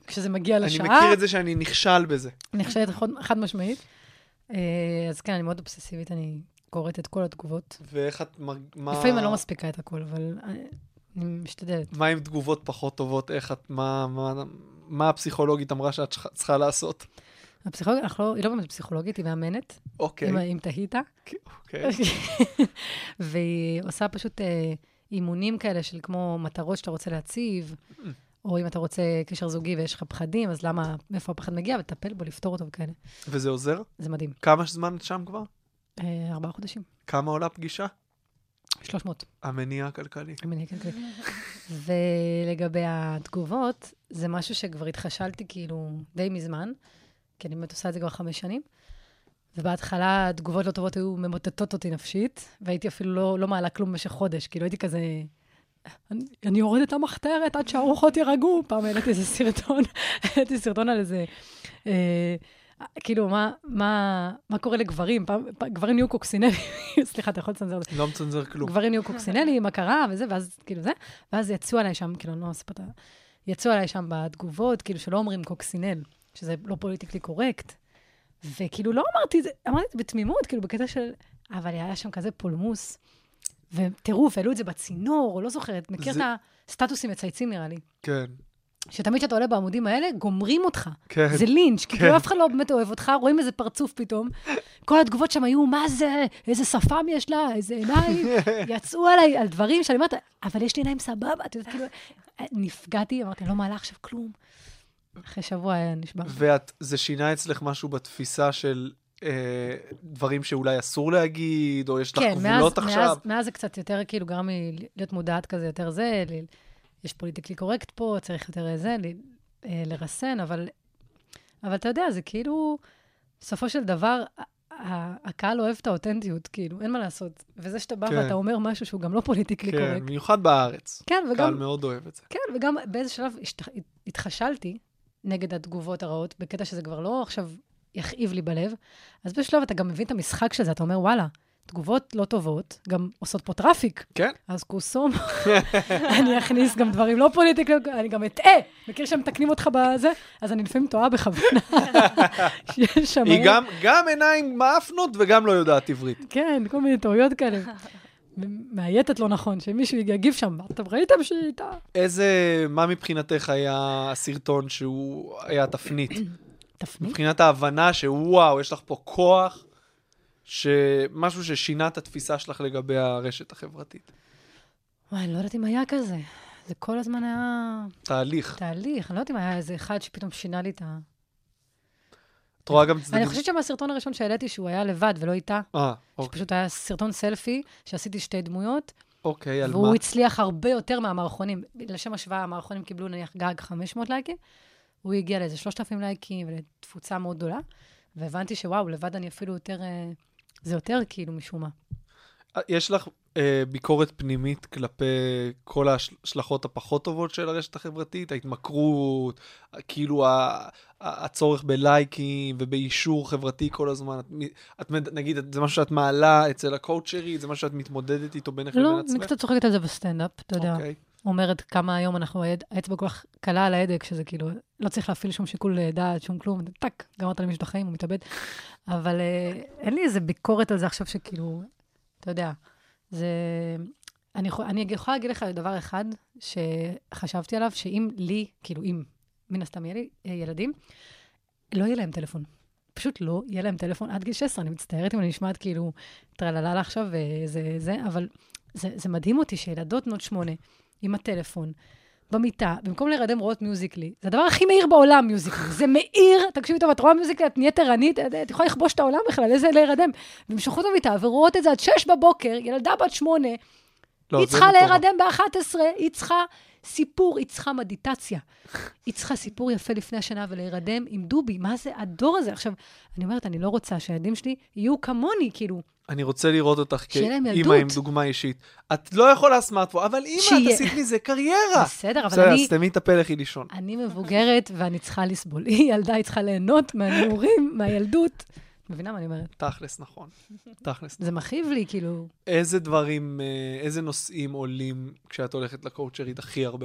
כשזה מגיע לשעה. אני מכיר את זה שאני נכשל בזה. נכשלת חד משמעית. אז כן, אני מאוד אובססיבית, אני קוראת את כל התגובות. ואיך את... לפעמים אני לא מספיקה את הכל, אבל אני משתדלת. מה עם תגובות פחות טובות? איך את... מה הפסיכולוגית אמרה שאת צריכה לעשות? הפסיכולוגית, היא לא באמת פסיכולוגית, היא מאמנת. אוקיי. עם תהיתה. אוקיי. והיא עושה פשוט אימונים כאלה של כמו מטרות שאתה רוצה להציב, או אם אתה רוצה קשר זוגי ויש לך פחדים, אז למה, מאיפה הפחד מגיע, ותטפל בו, לפתור אותו וכאלה. וזה עוזר? זה מדהים. כמה זמן שם כבר? 4 חודשים. כמה עולה פגישה? 300. המניע הכלכלי. המניע הכלכלי. ולגבי התגובות, זה משהו שכבר התחשלתי כאילו די מזמן, כי אני באמת עושה את זה כבר 5 שנים, ובהתחלה התגובות לא טובות היו ממוטטות אותי נפשית, והייתי אפילו לא מעלה כלום במשך חודש, כאילו הייתי כזה... אני יורדת למחתרת עד שהרוחות ירגעו. פעם העליתי איזה סרטון על איזה, כאילו, מה קורה לגברים? גברים נהיו קוקסינלים, סליחה, אתה יכול לצנזר את זה. לא מצנזר כלום. גברים נהיו קוקסינלים, מה קרה, וזה, ואז כאילו זה, ואז יצאו עליי שם, כאילו, לא אספת, יצאו עליי שם בתגובות, כאילו, שלא אומרים קוקסינל, שזה לא פוליטיקלי קורקט, וכאילו, לא אמרתי את זה בתמימות, כאילו, בקטע של, אבל היה שם כזה פולמוס, וטירוף, העלו את זה בצינור, או לא זוכרת, מכיר את הסטטוסים מצייצים נראה לי. כן. שתמיד שאתה עולה בעמודים האלה, גומרים אותך. כן. זה לינץ', כי כאילו אף אחד לא באמת אוהב אותך, רואים איזה פרצוף פתאום. כל התגובות שם היו, מה זה? איזה שפם יש לה? איזה עיניים? יצאו עליי על דברים שאני אומרת, אבל יש לי עיניים סבבה. אתה יודעת, כאילו, נפגעתי, אמרתי, אני לא מעלה עכשיו כלום. אחרי שבוע היה נשבע. וזה שינה אצלך משהו בתפיסה של... דברים שאולי אסור להגיד, או יש לך גבולות עכשיו? כן, מאז זה קצת יותר, כאילו, גרם לי להיות מודעת כזה יותר זה, יש פוליטיקלי קורקט פה, צריך יותר זה, לרסן, אבל אתה יודע, זה כאילו, בסופו של דבר, הקהל אוהב את האותנטיות, כאילו, אין מה לעשות. וזה שאתה בא ואתה אומר משהו שהוא גם לא פוליטיקלי קורקט. כן, מיוחד בארץ. כן, וגם... קהל מאוד אוהב את זה. כן, וגם באיזה שלב התחשלתי נגד התגובות הרעות, בקטע שזה כבר לא עכשיו... יכאיב לי בלב, אז בשלב אתה גם מבין את המשחק של זה, אתה אומר, וואלה, תגובות לא טובות, גם עושות פה טראפיק. כן. אז קוסום, אני אכניס גם דברים לא פוליטיקליים, אני גם אטעה, מכיר שהם מתקנים אותך בזה, אז אני לפעמים טועה בכוונה. היא גם עיניים מאפנות וגם לא יודעת עברית. כן, כל מיני טעויות כאלה. מהייתת לא נכון, שמישהו יגיב שם, אתם ראיתם שהייתה? מה מבחינתך היה הסרטון שהוא היה תפנית? תפנית? מבחינת ההבנה שוואו, יש לך פה כוח, משהו ששינה את התפיסה שלך לגבי הרשת החברתית. וואי, אני לא יודעת אם היה כזה. זה כל הזמן היה... תהליך. אני לא יודעת אם היה איזה אחד שפתאום שינה לי את ה... את רואה גם... אני חושבת שמהסרטון הראשון שהעליתי שהוא היה לבד ולא איתה. אוקיי. שפשוט היה סרטון סלפי, שעשיתי 2 דמויות. אוקיי, על מה? והוא הצליח הרבה יותר מהמערכונים. לשם השוואה, המערכונים קיבלו נניח גג 500 לייקים. הוא הגיע לאיזה 3,000 לייקים ולתפוצה מאוד גדולה. והבנתי שוואו, לבד אני אפילו יותר... זה יותר כאילו משום מה. יש לך ביקורת פנימית כלפי כל ההשלכות הפחות טובות של הרשת החברתית, ההתמכרות, כאילו הצורך בלייקים ובאישור חברתי כל הזמן. נגיד, זה משהו שאת מעלה אצל הקואוצ'רית, זה משהו שאת מתמודדת איתו בינך לבין עצמך? לא, אני קצת צוחקת על זה בסטנדאפ, אתה יודע. אומרת כמה היום אנחנו, האצבע כל כך קלה על ההדק, שזה כאילו, לא צריך להפעיל שום שיקול דעת, שום כלום, טק, גמרת למישהו בחיים, הוא מתאבד. אבל אין לי איזה ביקורת על זה עכשיו שכאילו, אתה יודע, זה... אני יכולה להגיד לך דבר אחד שחשבתי עליו, שאם לי, כאילו, אם מן הסתם יהיה לי ילדים, לא יהיה להם טלפון. פשוט לא יהיה להם טלפון עד גיל 16. אני מצטערת אם אני נשמעת כאילו, טרללה עכשיו וזה, אבל זה מדהים אותי שילדות בנות 8, עם הטלפון, במיטה, במקום להירדם רואות מיוזיקלי. זה הדבר הכי מהיר בעולם, מיוזיקלי. זה מהיר, תקשיבי טוב, את רואה מיוזיקלי, את נהיית ערנית, את יכולה לכבוש את העולם בכלל, איזה להירדם. והם שוכחות במיטה, ורואות את זה עד 6 בבוקר, ילדה בת 8, היא צריכה להירדם ב-11, היא צריכה סיפור, היא צריכה מדיטציה. היא צריכה סיפור יפה לפני השנה, ולהירדם עם דובי. מה זה הדור הזה? עכשיו, אני אומרת, אני לא רוצה שהילדים שלי יהיו כמוני, כאילו, אני רוצה לראות אותך כאימא עם דוגמה אישית. את לא יכולה סמארטפון, אבל אימא, תעשית מזה קריירה. בסדר, אבל אני... סתמי את הפה לכי לישון. אני מבוגרת ואני צריכה לסבול. היא ילדה, היא צריכה ליהנות מהנעורים, מהילדות. מבינה מה אני אומרת? תכלס, נכון. תכלס. זה מכאיב לי, כאילו... איזה דברים, איזה נושאים עולים כשאת הולכת לקואוצ'רית הכי הרבה?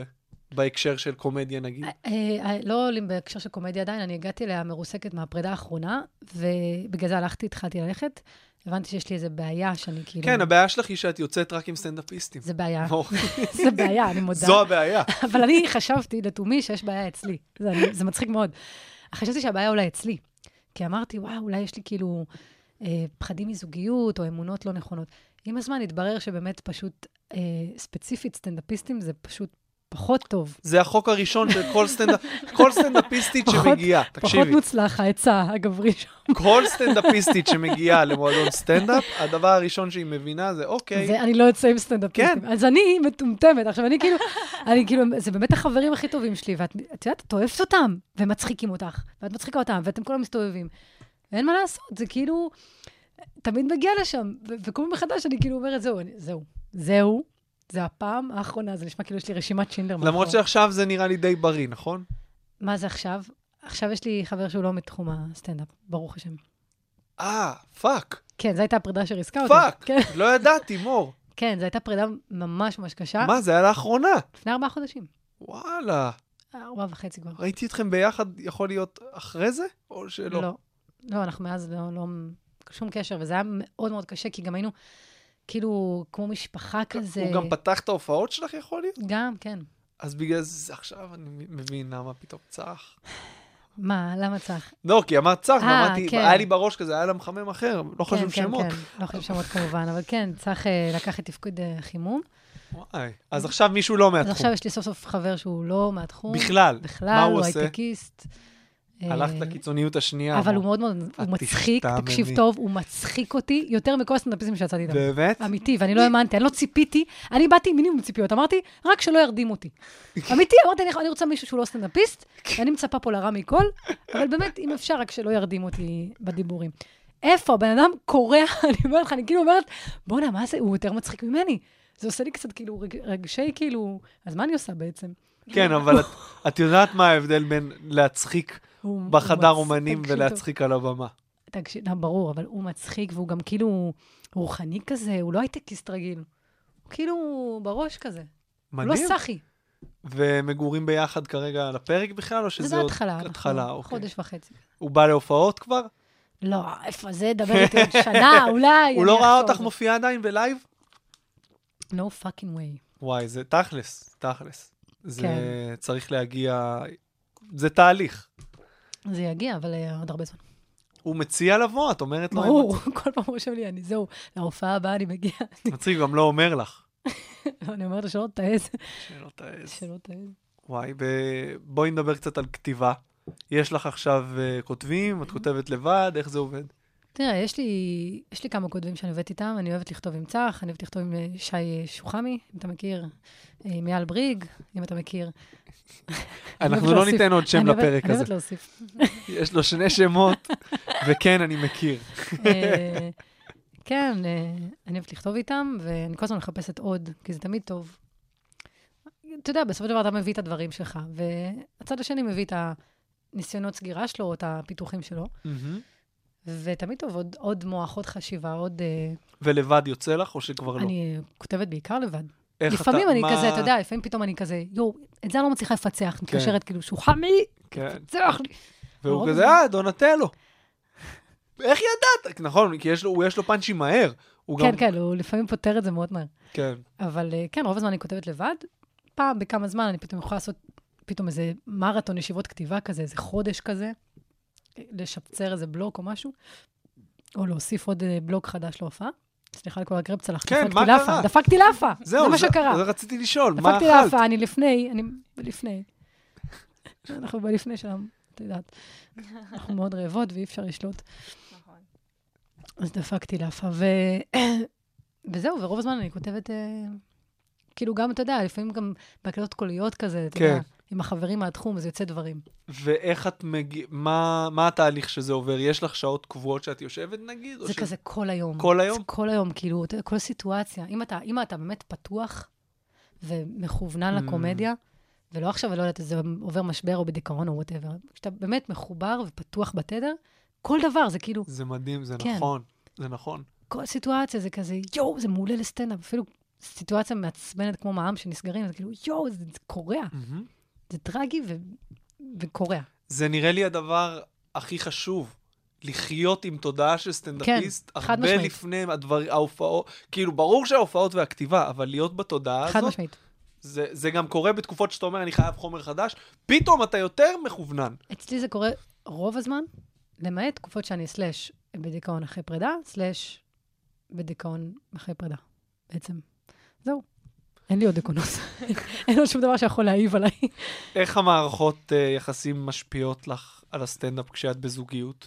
בהקשר של קומדיה נגיד? לא בהקשר של קומדיה עדיין, אני הגעתי אליה מרוסקת מהפרידה האחרונה, ובגלל זה התחלתי ללכת, הבנתי שיש לי איזו בעיה שאני כאילו... כן, הבעיה שלך היא שאת יוצאת רק עם סטנדאפיסטים. זה בעיה. זה בעיה, אני מודה. זו הבעיה. אבל אני חשבתי לתומי שיש בעיה אצלי. זה מצחיק מאוד. חשבתי שהבעיה אולי אצלי. כי אמרתי, וואו, אולי יש לי כאילו פחדים מזוגיות או אמונות לא נכונות. עם הזמן התברר שבאמת פשוט ספציפית סטנדאפיסטים זה פשוט פחות טוב. זה החוק הראשון של כל סטנדאפיסטית שמגיעה. תקשיבי. פחות מוצלח, העצה הגברי שם. כל סטנדאפיסטית שמגיעה למועדון סטנדאפ, הדבר הראשון שהיא מבינה זה, אוקיי. אני לא יוצא עם סטנדאפיסטים. כן. אז אני מטומטמת. עכשיו, אני כאילו, זה באמת החברים הכי טובים שלי, ואת יודעת, את אוהבת אותם, והם מצחיקים אותך, ואת מצחיקה אותם, ואתם כולם מסתובבים. אין מה לעשות, זה כאילו, תמיד מגיע לשם, וכל מחדש אני כאילו אומרת, זהו. זה הפעם האחרונה, זה נשמע כאילו יש לי רשימת שינדר. למרות שעכשיו זה נראה לי די בריא, נכון? מה זה עכשיו? עכשיו יש לי חבר שהוא לא מתחום הסטנדאפ, ברוך השם. פאק. כן, זו הייתה הפרידה שריסקה אותי. פאק, לא ידעתי, מור. כן, זו הייתה פרידה ממש ממש קשה. מה, זה היה לאחרונה? לפני 4 חודשים. וואלה. 4.5 כבר. ראיתי אתכם ביחד, יכול להיות אחרי זה? או שלא? לא, אנחנו מאז לא שום קשר, וזה היה מאוד מאוד קשה, כי גם היינו כאילו כמו משפחה כזה. הוא גם פתח את ההופעות שלך, יכול להיות? גם, כן. אז בגלל זה עכשיו אני מבין למה פתאום צח. מה? למה צח? לא, כי אמרת צח, ואמרתי, כן. היה לי בראש כזה, היה לה מחמם אחר, לא חשוב שמות. כן, לא חשוב שמות כמובן, אבל כן, צח לקח את תפקוד חימום. וואי, אז עכשיו מישהו לא מהתחום. אז עכשיו יש לי סוף סוף חבר שהוא לא מהתחום. בכלל. מה הוא הוא עושה? הייטקיסט. הלכת לקיצוניות השנייה. אבל הוא מאוד מאוד, הוא מצחיק, תקשיב טוב, הוא מצחיק אותי יותר מכל הסטנדאפיסטים שיצאתי איתם. באמת? אמיתי, ואני לא האמנתי, אני לא ציפיתי, אני באתי עם מינימום ציפיות, אמרתי, רק שלא ירדים אותי. אמיתי, אמרתי, אני רוצה מישהו שהוא לא סטנדאפיסט, אני מצפה פה לרע מכל, אבל באמת, אם אפשר, רק שלא ירדים אותי בדיבורים. איפה? הבן אדם קורע, אני אומרת לך, אני כאילו אומרת, בוא'נה, מה זה? הוא יותר מצחיק ממני. זה עושה לי קצת כאילו רגשי כאילו, אז מה אני עושה בעצם? כן, אבל את יודעת מה ההבדל בין להצחיק בחדר אומנים ולהצחיק על הבמה. ברור, אבל הוא מצחיק, והוא גם כאילו רוחני כזה, הוא לא הייטקיסט רגיל. הוא כאילו בראש כזה. מדהים. הוא לא סחי. ומגורים ביחד כרגע על הפרק בכלל, או שזה עוד התחלה? חודש וחצי. הוא בא להופעות כבר? לא, איפה זה? דבר איתי עוד שנה, אולי. הוא לא ראה אותך מופיעה עדיין בלייב? No fucking way. וואי, זה תכלס. זה צריך להגיע, זה תהליך. זה יגיע, אבל עוד הרבה זמן. הוא מציע לבוא, את אומרת לו... ברור, כל פעם רושם לי, זהו, להופעה הבאה אני מגיע. מצחיק, גם לא אומר לך. לא, אני אומרת שלא תעז. שלא תעז. וואי, בואי נדבר קצת על כתיבה. יש לך עכשיו כותבים, את כותבת לבד, איך זה עובד? תראה, יש לי כמה כותבים שאני עובדת איתם, אני אוהבת לכתוב עם צח, אני אוהבת לכתוב עם שי שוחמי, אם אתה מכיר, עם אייל בריג, אם אתה מכיר. אנחנו לא ניתן עוד שם לפרק הזה. אני אוהבת להוסיף. יש לו 2 שמות, וכן, אני מכיר. כן, אני אוהבת לכתוב איתם, ואני כל הזמן מחפשת עוד, כי זה תמיד טוב. אתה יודע, בסופו של דבר אתה מביא את הדברים שלך, והצד השני מביא את הניסיונות סגירה שלו, או את הפיתוחים שלו. ותמיד טוב, עוד מוח, עוד חשיבה, עוד... ולבד יוצא לך, או שכבר לא? אני כותבת בעיקר לבד. לפעמים אני כזה, אתה יודע, לפעמים פתאום אני כזה, את זה אני לא מצליחה לפצח, מתקשרת כאילו, שוחמי, תפצח לי. והוא כזה, דונטלו. איך ידעת? נכון, כי יש לו פאנצ'י מהר. כן, הוא לפעמים פותר את זה מאוד מהר. כן. אבל כן, רוב הזמן אני כותבת לבד. פעם, בכמה זמן, אני פתאום יכולה לעשות פתאום איזה מרתון ישיבות כתיבה כזה, איזה חודש כזה, לשפצר איזה בלוק או משהו, או להוסיף עוד בלוק חדש להופעה. סליחה לכל הקרב צלח, דפקתי לאפה. זה מה שקרה. זה רציתי לשאול, מה אכלת? דפקתי לאפה, אני לפני. אנחנו בלפני שם, אתה יודעת. אנחנו מאוד רעבות ואי אפשר לשלוט. נכון. אז דפקתי לאפה, וזהו, ורוב הזמן אני כותבת, כאילו גם, אתה יודע, לפעמים גם בהקלטות קוליות כזה, אתה יודע, עם החברים מהתחום, אז יוצא דברים. ואיך את מה התהליך שזה עובר? יש לך שעות קבועות שאת יושבת, נגיד? זה כזה כל היום. כל היום? זה כל היום, כאילו, כל סיטואציה. אם אתה באמת פתוח ומכוונן לקומדיה, ולא עכשיו, ולא יודעת, זה עובר משבר או בדיכאון או whatever, כשאתה באמת מחובר ופתוח בתדר, כל דבר, זה כאילו... זה מדהים, זה נכון, זה נכון. כל סיטואציה זה כזה, זה מעולה לסטנדאפ, אפילו סיטואציה מעצבנת כמו מע"מ שנסגרים, זה כאילו, יואו, זה קורע. זה טרגי וקורע. זה נראה לי הדבר הכי חשוב, לחיות עם תודעה של סטנדאפיסט, כן, הרבה לפני ההופעות, כאילו ברור שההופעות והכתיבה, אבל להיות בתודעה הזאת, חד משמעית. זה גם קורה בתקופות שאתה אומר, אני חייב חומר חדש, פתאום אתה יותר מכוונן. אצלי זה קורה רוב הזמן, למעט תקופות שאני סלש בדיכאון אחרי פרידה, סלש בדיכאון אחרי פרידה. בעצם, זהו. אין לי עוד דיכאונוס. אין עוד שום דבר שיכול להעיב עליי. איך המערכות יחסים משפיעות לך על הסטנדאפ כשאת בזוגיות?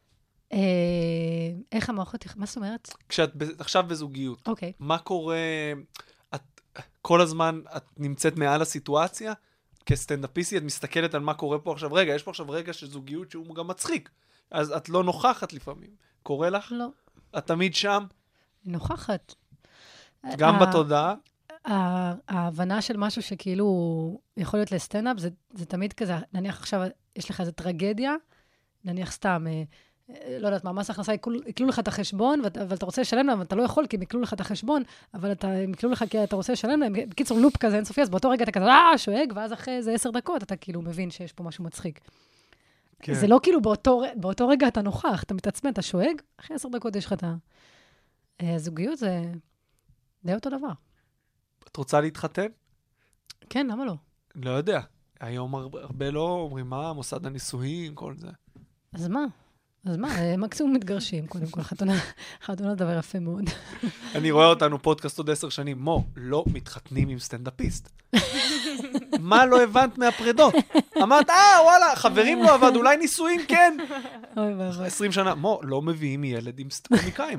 איך המערכות, מה זאת אומרת? כשאת עכשיו בזוגיות. אוקיי. מה קורה, כל הזמן את נמצאת מעל הסיטואציה? כסטנדאפיסטי את מסתכלת על מה קורה פה עכשיו. רגע, יש פה עכשיו רגע של זוגיות שהוא גם מצחיק. אז את לא נוכחת לפעמים. קורה לך? לא. את תמיד שם? נוכחת. גם בתודעה? ההבנה של משהו שכאילו יכול להיות לסטנדאפ, זה תמיד כזה, נניח עכשיו יש לך איזו טרגדיה, נניח סתם, לא יודעת מה, מס הכנסה, יקלו לך את החשבון, אבל אתה רוצה לשלם להם, אתה לא יכול, כי הם יקלו לך את החשבון, אבל הם יקלו לך כי אתה רוצה לשלם להם, בקיצור לופ כזה אינסופי, אז באותו רגע אתה כזה, שואג, ואז אחרי איזה 10 דקות, אתה כאילו מבין שיש פה משהו מצחיק. כן. זה לא כאילו באותו רגע אתה נוכח, אתה מתעצבן, אתה שואג, אחרי 10 דקות יש לך את הזוגיות, זה די אותו דבר. את רוצה להתחתן? כן, למה לא? לא יודע. היום הרבה לא אומרים, מה, מוסד הנישואים, כל זה. אז מה? מקסימום מתגרשים, קודם כל. חתונה דבר יפה מאוד. אני רואה אותנו פודקאסט עוד 10 שנים. לא מתחתנים עם סטנדאפיסט. מה לא הבנת מהפרדות? אמרת, וואלה, חברים לא עבד, אולי נישואים כן. 20 שנה. לא מביאים ילד עם קומיקאים.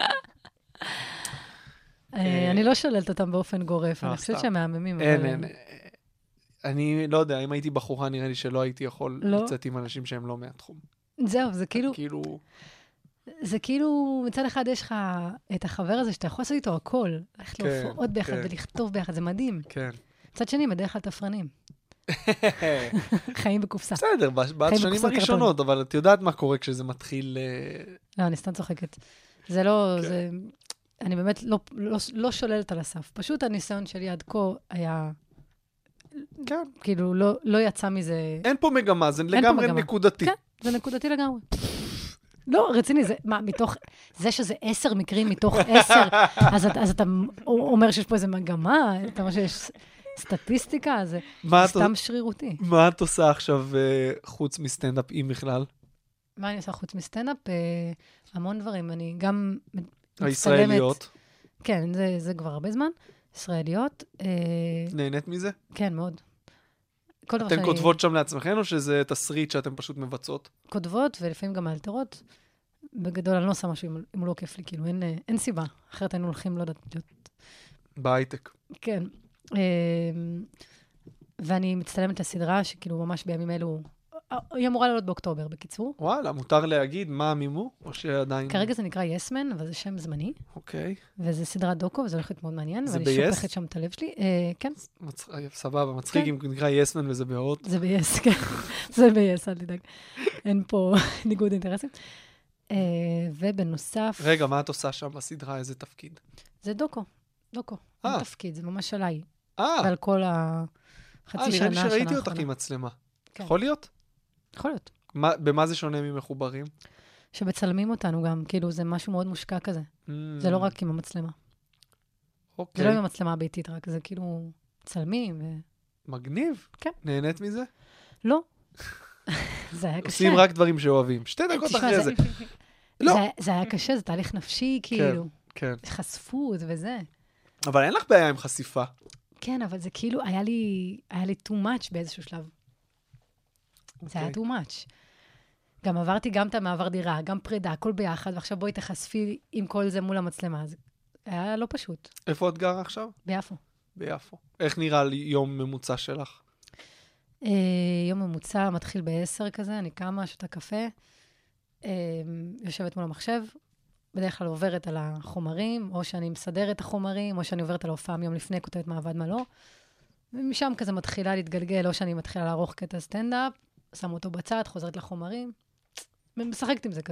אני לא שוללת אותם באופן גורף, אני חושבת שהם מהממים. אין. אני לא יודע, אם הייתי בחורה, נראה לי שלא הייתי יכול לצאת עם אנשים שהם לא מהתחום. זהו, זה כאילו, מצד אחד יש לך את החבר הזה, שאתה יכול לעשות איתו הכל, ללכת להופעות ביחד ולכתוב ביחד, זה מדהים. כן. מצד שני, בדרך כלל תפרנים. חיים בקופסה. בסדר, בשנים הראשונות, אבל את יודעת מה קורה כשזה מתחיל... לא, אני סתם צוחקת. זה לא... אני באמת לא שוללת על הסף. פשוט הניסיון שלי עד כה היה... כן. כאילו, לא יצא מזה... אין פה מגמה, זה לגמרי נקודתי. כן, זה נקודתי לגמרי. לא, רציני, זה... מה, מתוך... זה שזה 10 מקרים מתוך 10, אז אתה אומר שיש פה איזה מגמה, אתה אומר שיש סטטיסטיקה, זה סתם שרירותי. מה את עושה עכשיו חוץ מסטנדאפ, אם בכלל? מה אני עושה חוץ מסטנדאפ? המון דברים. אני גם... הישראליות. כן, זה כבר הרבה זמן. ישראליות. נהנית מזה? כן, מאוד. אתן כותבות שם לעצמכן, או שזה תסריט שאתן פשוט מבצעות? כותבות, ולפעמים גם מאלתרות. בגדול, אני לא עושה משהו אם הוא לא כיף לי, כאילו, אין סיבה. אחרת היינו הולכים, לא יודעת, בהייטק. כן. ואני מצטלמת לסדרה, שכאילו ממש בימים אלו... היא אמורה לעלות באוקטובר, בקיצור. וואלה, מותר להגיד מה המימו, או שעדיין... כרגע זה נקרא יסמן, אבל זה שם זמני. אוקיי. וזה סדרת דוקו, וזה הולך להיות מאוד מעניין. זה ואני שופכת שם את הלב שלי. כן. סבבה, מצחיק אם נקרא יסמן וזה באות. זה ביס, כן. זה ביס, אל תדאג. אין פה ניגוד אינטרסים. ובנוסף... רגע, מה את עושה שם בסדרה? איזה תפקיד? זה דוקו. אין תפקיד, זה ממש עליי. ועל כל החצי שנה נראה לי שראיתי אותך עם מצלמה. יכול להיות? יכול להיות. במה זה שונה ממחוברים? שבצלמים אותנו גם, כאילו זה משהו מאוד מושקע כזה. זה לא רק עם המצלמה. אוקיי. זה לא עם המצלמה הביתית, רק זה כאילו צלמים. מגניב? כן. נהנית מזה? לא. זה היה קשה. עושים רק דברים שאוהבים. 2 דקות אחרי זה. לא. זה היה קשה, זה תהליך נפשי, כאילו. כן. חשפות וזה. אבל אין לך בעיה עם חשיפה. כן, אבל זה כאילו, היה לי too much באיזשהו שלב. זה היה too much. גם עברתי גם את המעבר דירה, גם פרידה, הכל ביחד, ועכשיו בואי תחשפי עם כל זה מול המצלמה. זה היה לא פשוט. איפה את גרה עכשיו? ביפו. איך נראה לי יום ממוצע שלך? יום ממוצע מתחיל ב10 כזה, אני קמה, שותה קפה, יושבת מול המחשב, בדרך כלל עוברת על החומרים, או שאני מסדרת את החומרים, או שאני עוברת על ההופעה מיום לפני, כותבת מה עבד, מה לא. ומשם כזה מתחילה להתגלגל, או שאני מתחילה לערוך קטע סטנדאפ, שם אותו בצד, חוזרת לחומרים, ומשחקת עם זה כזה.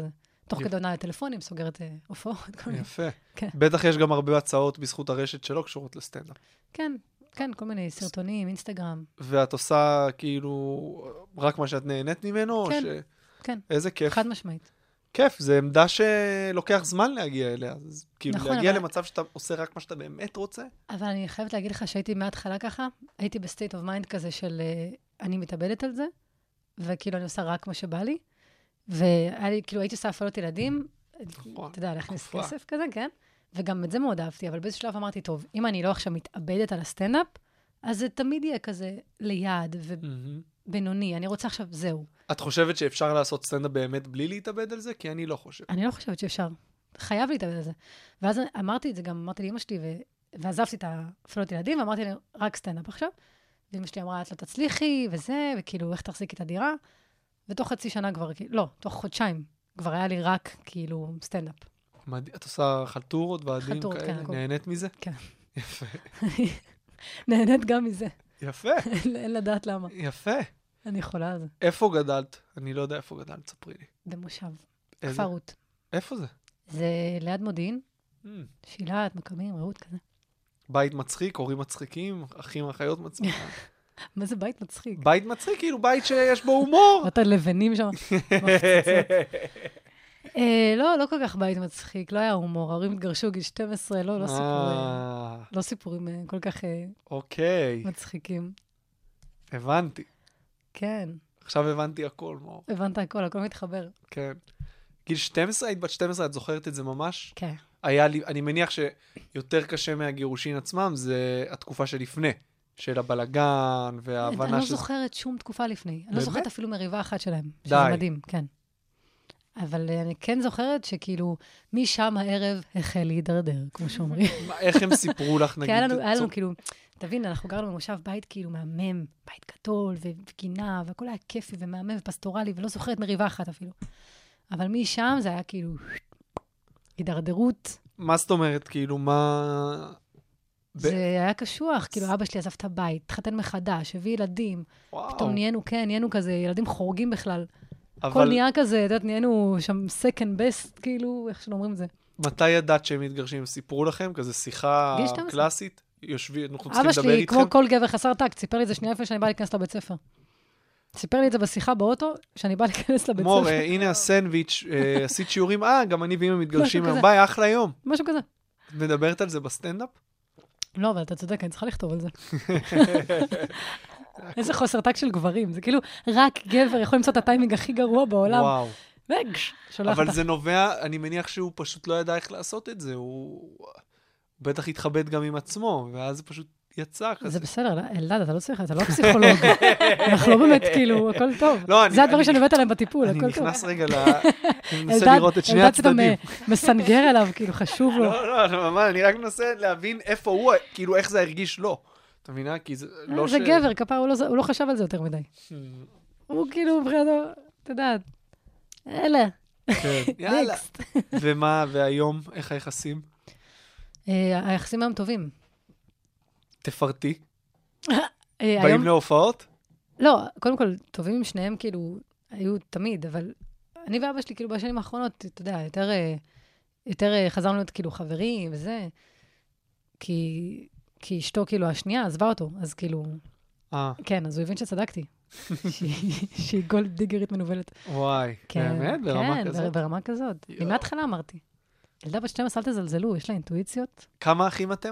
תוך כדי עונה לטלפונים, סוגרת הופעות. יפה. כן. בטח יש גם הרבה הצעות בזכות הרשת שלא קשורות לסטנדאפ. כן, כן, כל מיני סרטונים, אינסטגרם. ואת עושה כאילו רק מה שאת נהנית ממנו? כן, או כן. איזה כיף. חד משמעית. כיף, זו עמדה שלוקח זמן להגיע אליה. אז כאילו נכון, להגיע אבל... למצב שאתה עושה רק מה שאתה באמת רוצה. אבל אני חייבת להגיד לך שהייתי מההתחלה ככה, הייתי בסטייט אוף מיינד כזה של אני מתאבדת על זה, וכאילו אני עושה רק מה שבא לי, וכאילו הייתי עושה הפעלות ילדים, אתה יודע, להכניס כסף כזה, כן? וגם את זה מאוד אהבתי, אבל באיזשהו שלב אמרתי, טוב, אם אני לא עכשיו מתאבדת על הסטנדאפ, אז זה תמיד יהיה כזה ליד ובינוני, אני רוצה עכשיו, זהו. את חושבת שאפשר לעשות סטנדאפ באמת בלי להתאבד על זה? כי אני לא חושב. אני לא חושבת שאפשר. חייב להתאבד על זה. ואז אמרתי את זה, גם אמרתי לאמא שלי, ועזבתי את ההפעלות ילדים, ואמרתי להם, רק סטנדאפ עכשיו. ואמא שלי אמרה, את לא תצליחי, וזה, וכאילו, איך תחזיקי את הדירה? ותוך חצי שנה כבר, לא, תוך חודשיים, כבר היה לי רק, כאילו, סטנדאפ. את עושה חלטורות ועדים כאלה? כן, נהנית מזה? כן. יפה. נהנית גם מזה. יפה. אין לדעת למה. יפה. אני יכולה על זה. איפה גדלת? אני לא יודע איפה גדלת, ספרי לי. במושב. איזה? כפר רות. איפה זה? זה ליד מודיעין. שילת, מכבים, רעות כזה. בית מצחיק, הורים מצחיקים, אחים, אחיות מצחיקים. מה זה בית מצחיק? בית מצחיק, כאילו בית שיש בו הומור. אתה לבנים שם. לא כל כך בית מצחיק, לא היה הומור. ההורים התגרשו גיל 12, לא סיפורים כל כך מצחיקים. הבנתי. כן. עכשיו הבנתי הכל, מור. הבנת הכל, הכל מתחבר. כן. גיל 12, היית בת 12, את זוכרת את זה ממש? כן. היה לי, אני מניח שיותר קשה מהגירושין עצמם, זה התקופה שלפני, של הבלגן וההבנה אני לא זוכרת שום תקופה לפני. אני לא זוכרת אפילו מריבה אחת שלהם. די. שזה מדהים, כן. אבל אני כן זוכרת שכאילו, משם הערב החל להידרדר, כמו שאומרים. איך הם סיפרו לך, נגיד? כי היה לנו כאילו, תבין, אנחנו גרנו במושב בית כאילו מהמם, בית גדול וגינה, והכל היה כיפי ומהמם ופסטורלי, ולא זוכרת מריבה אחת אפילו. אבל משם זה היה כאילו הידרדרות. מה זאת אומרת? כאילו, מה... זה היה קשוח, כאילו אבא שלי עזב את הבית, התחתן מחדש, הביא ילדים. פתאום נהיינו כזה, ילדים חורגים בכלל. הכל נהיה כזה, יודעת, נהיינו שם second best, כאילו, איך שלא אומרים את זה. מתי ידעת שהם מתגרשים? סיפרו לכם? כזה שיחה קלאסית? יושבים, אנחנו צריכים לדבר איתכם? אבא שלי, כמו כל גבר חסר טקט, סיפר לי את זה שנייה לפני שאני באה להיכנס לבית ספר. סיפר לי את זה בשיחה באוטו, שאני באה להיכנס לבית ספר. מור, הנה הסנדוויץ', עשית שיעורים, גם אני ואמא מתגרשים היום, ביי, אחלה יום. משהו כזה. מדברת על זה בסטנדאפ? לא, אבל אתה צודק, אני צריכה לכתוב על זה. איזה חוסר טקט של גברים, זה כאילו, רק גבר יכול למצוא את הטיימינג הכי גרוע בעולם. וואו. שולח אבל זה נובע, אני מניח שהוא פשוט לא ידע איך לעשות את זה, הוא בטח התחבט גם עם עצמו, ואז זה פשוט יצא כזה. זה בסדר, אלדד, אתה לא צריך, אתה לא פסיכולוג. אנחנו לא באמת, כאילו, הכל טוב. זה הדברים שאני הבאת עליהם בטיפול, הכל טוב. אני נכנס רגע אני מנסה לראות את שני הצדדים. אלדד פתאום מסנגר אליו, כאילו, חשוב לו. לא, ממש, אני רק מנסה להבין איפה הוא, כאילו, איך זה הרגיש לו. אתה מבינה? כי זה לא זה גבר, כפר, הוא לא חשב על זה יותר מדי. הוא כאילו, מבחינתו, אתה יודעת, אלה. יאללה. ומה, והיום, איך היחסים? היחסים היום טובים. תפרטי. באים להופעות? לא, קודם כל, טובים עם שניהם, כאילו, היו תמיד, אבל אני ואבא שלי, כאילו, בשנים האחרונות, אתה יודע, יותר חזרנו להיות, כאילו, חברים וזה, כי אשתו, כאילו, השנייה, עזבה אותו, אז כאילו... כן, אז הוא הבין שצדקתי. שהיא גולד דיגרית מנובלת. וואי, באמת? ברמה כזאת? כן, ברמה כזאת. מההתחלה אמרתי. ילדה בת 12, אל תזלזלו, יש לה אינטואיציות. כמה אחים אתם?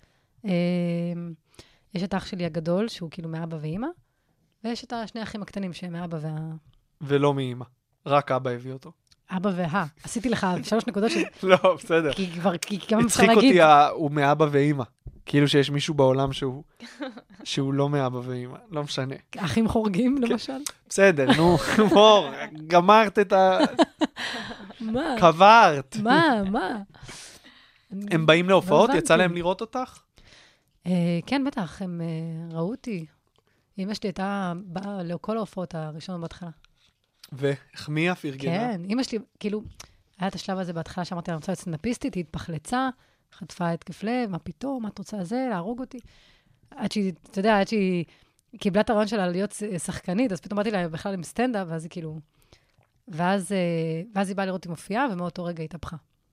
יש את האח שלי הגדול, שהוא כאילו מאבא ואמא, ויש את השני האחים הקטנים שהם מאבא ולא מאמא. רק אבא הביא אותו. אבא עשיתי לך 3 נקודות של... לא, בסדר. כי גם אפשר הצחיק להגיד... אותי, הוא מאבא ואמא. כאילו שיש מישהו בעולם שהוא לא מאבא ואמא. לא משנה. אחים חורגים, למשל? בסדר, נו, מור, גמרת את ה... מה? קברת. מה? הם באים להופעות? יצא להם לראות אותך? כן, בטח, הם ראו אותי. אמא שלי הייתה באה לכל ההופעות הראשונות בהתחלה. והחמיאה, פרגנה? כן, אמא שלי, כאילו, היה את השלב הזה בהתחלה שאמרתי לה, אני רוצה להיות סטנדאפיסטית, היא התפחלצה, חטפה התקף לב, מה פתאום, מה את רוצה זה, להרוג אותי. עד שהיא, אתה יודע, עד שהיא קיבלה את הרעיון שלה להיות שחקנית, אז פתאום באתי לה בכלל עם סטנדאפ, ואז היא כאילו, ואז היא באה לראות אותי מופיעה, ומאותו רגע התהפכה.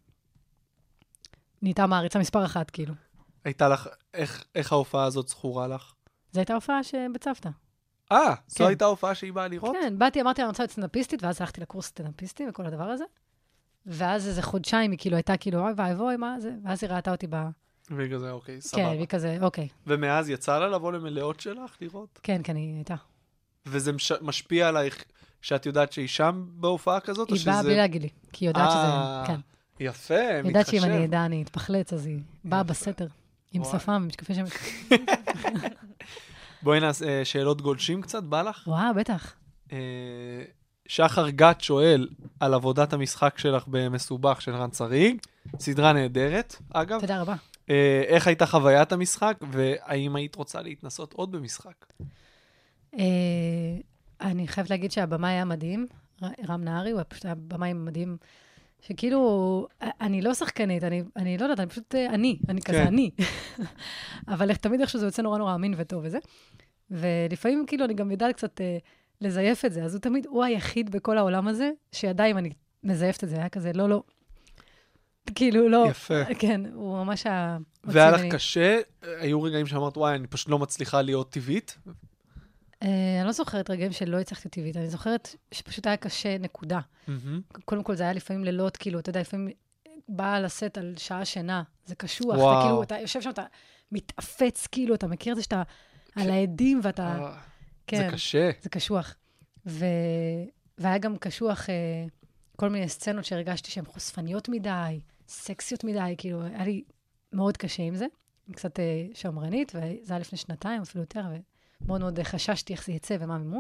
נהייתה מעריצה מספר 1, כאילו. הייתה לך, איך ההופעה הזאת זכורה לך? זו הייתה הופעה שבצוותא. זו הייתה הופעה שהיא באה לראות? כן, באתי, אמרתי, אני רוצה להיות סטנדאפיסטית, ואז הלכתי לקורס סטנדאפיסטים וכל הדבר הזה. ואז איזה חודשיים היא כאילו הייתה כאילו, אוי, מה זה? ואז היא ראתה אותי והיא כזה, אוקיי, סבבה. כן, והיא כזה, אוקיי. ומאז יצא לה לבוא למלאות שלך לראות? כן, היא הייתה. וזה משפיע עלייך שאת יודעת שהיא שם בהופעה כזאת? היא באה בלי להגיד לי, כי היא יודעת שזה, כן. יפה, מתחשב. היא יודעת שאם אני אדע, אני אתפחלץ, אז היא באה בסתר, עם שפם, משקפי שמש. בואי נעשה שאלות גולשים קצת, בא לך? וואו, בטח. שחר גת שואל על עבודת המשחק שלך במסובך של רן צריג, סדרה נהדרת, אגב. תודה רבה. איך הייתה חוויית המשחק, והאם היית רוצה להתנסות עוד במשחק? אני חייבת להגיד שהבמה היה מדהים, רם נהרי, הוא פשוט היה במה מדהים, שכאילו, אני לא שחקנית, אני לא יודעת, אני פשוט, אני כזה, אני. אבל תמיד איכשהו זה יוצא נורא אמין וטוב וזה. ולפעמים כאילו אני גם יודעת קצת לזייף את זה, אז הוא היחיד בכל העולם הזה, שידע אם אני מזייפת את זה, היה כזה, לא. כאילו, לא. יפה. כן, הוא ממש והיה לך קשה? היו רגעים שאמרת, וואי, אני פשוט לא מצליחה להיות טבעית? אני לא זוכרת רגעים שלא הצלחתי טבעית, אני זוכרת שפשוט היה קשה, נקודה. קודם כל, זה היה לפעמים לילות, כאילו, אתה יודע, לפעמים באה לשאת על שעה שינה, זה קשוח, אתה כאילו, אתה יושב שם, אתה מתאפץ, כאילו, אתה מכיר את זה שאתה על העדים, ואתה... זה קשה. זה קשוח. והיה גם קשוח כל מיני סצנות שהרגשתי שהן חושפניות מדי, סקסיות מדי, כאילו, היה לי מאוד קשה עם זה. קצת שמרנית, וזה היה לפני 2 אפילו יותר, ומאוד מאוד חששתי איך זה יצא ומה מימו.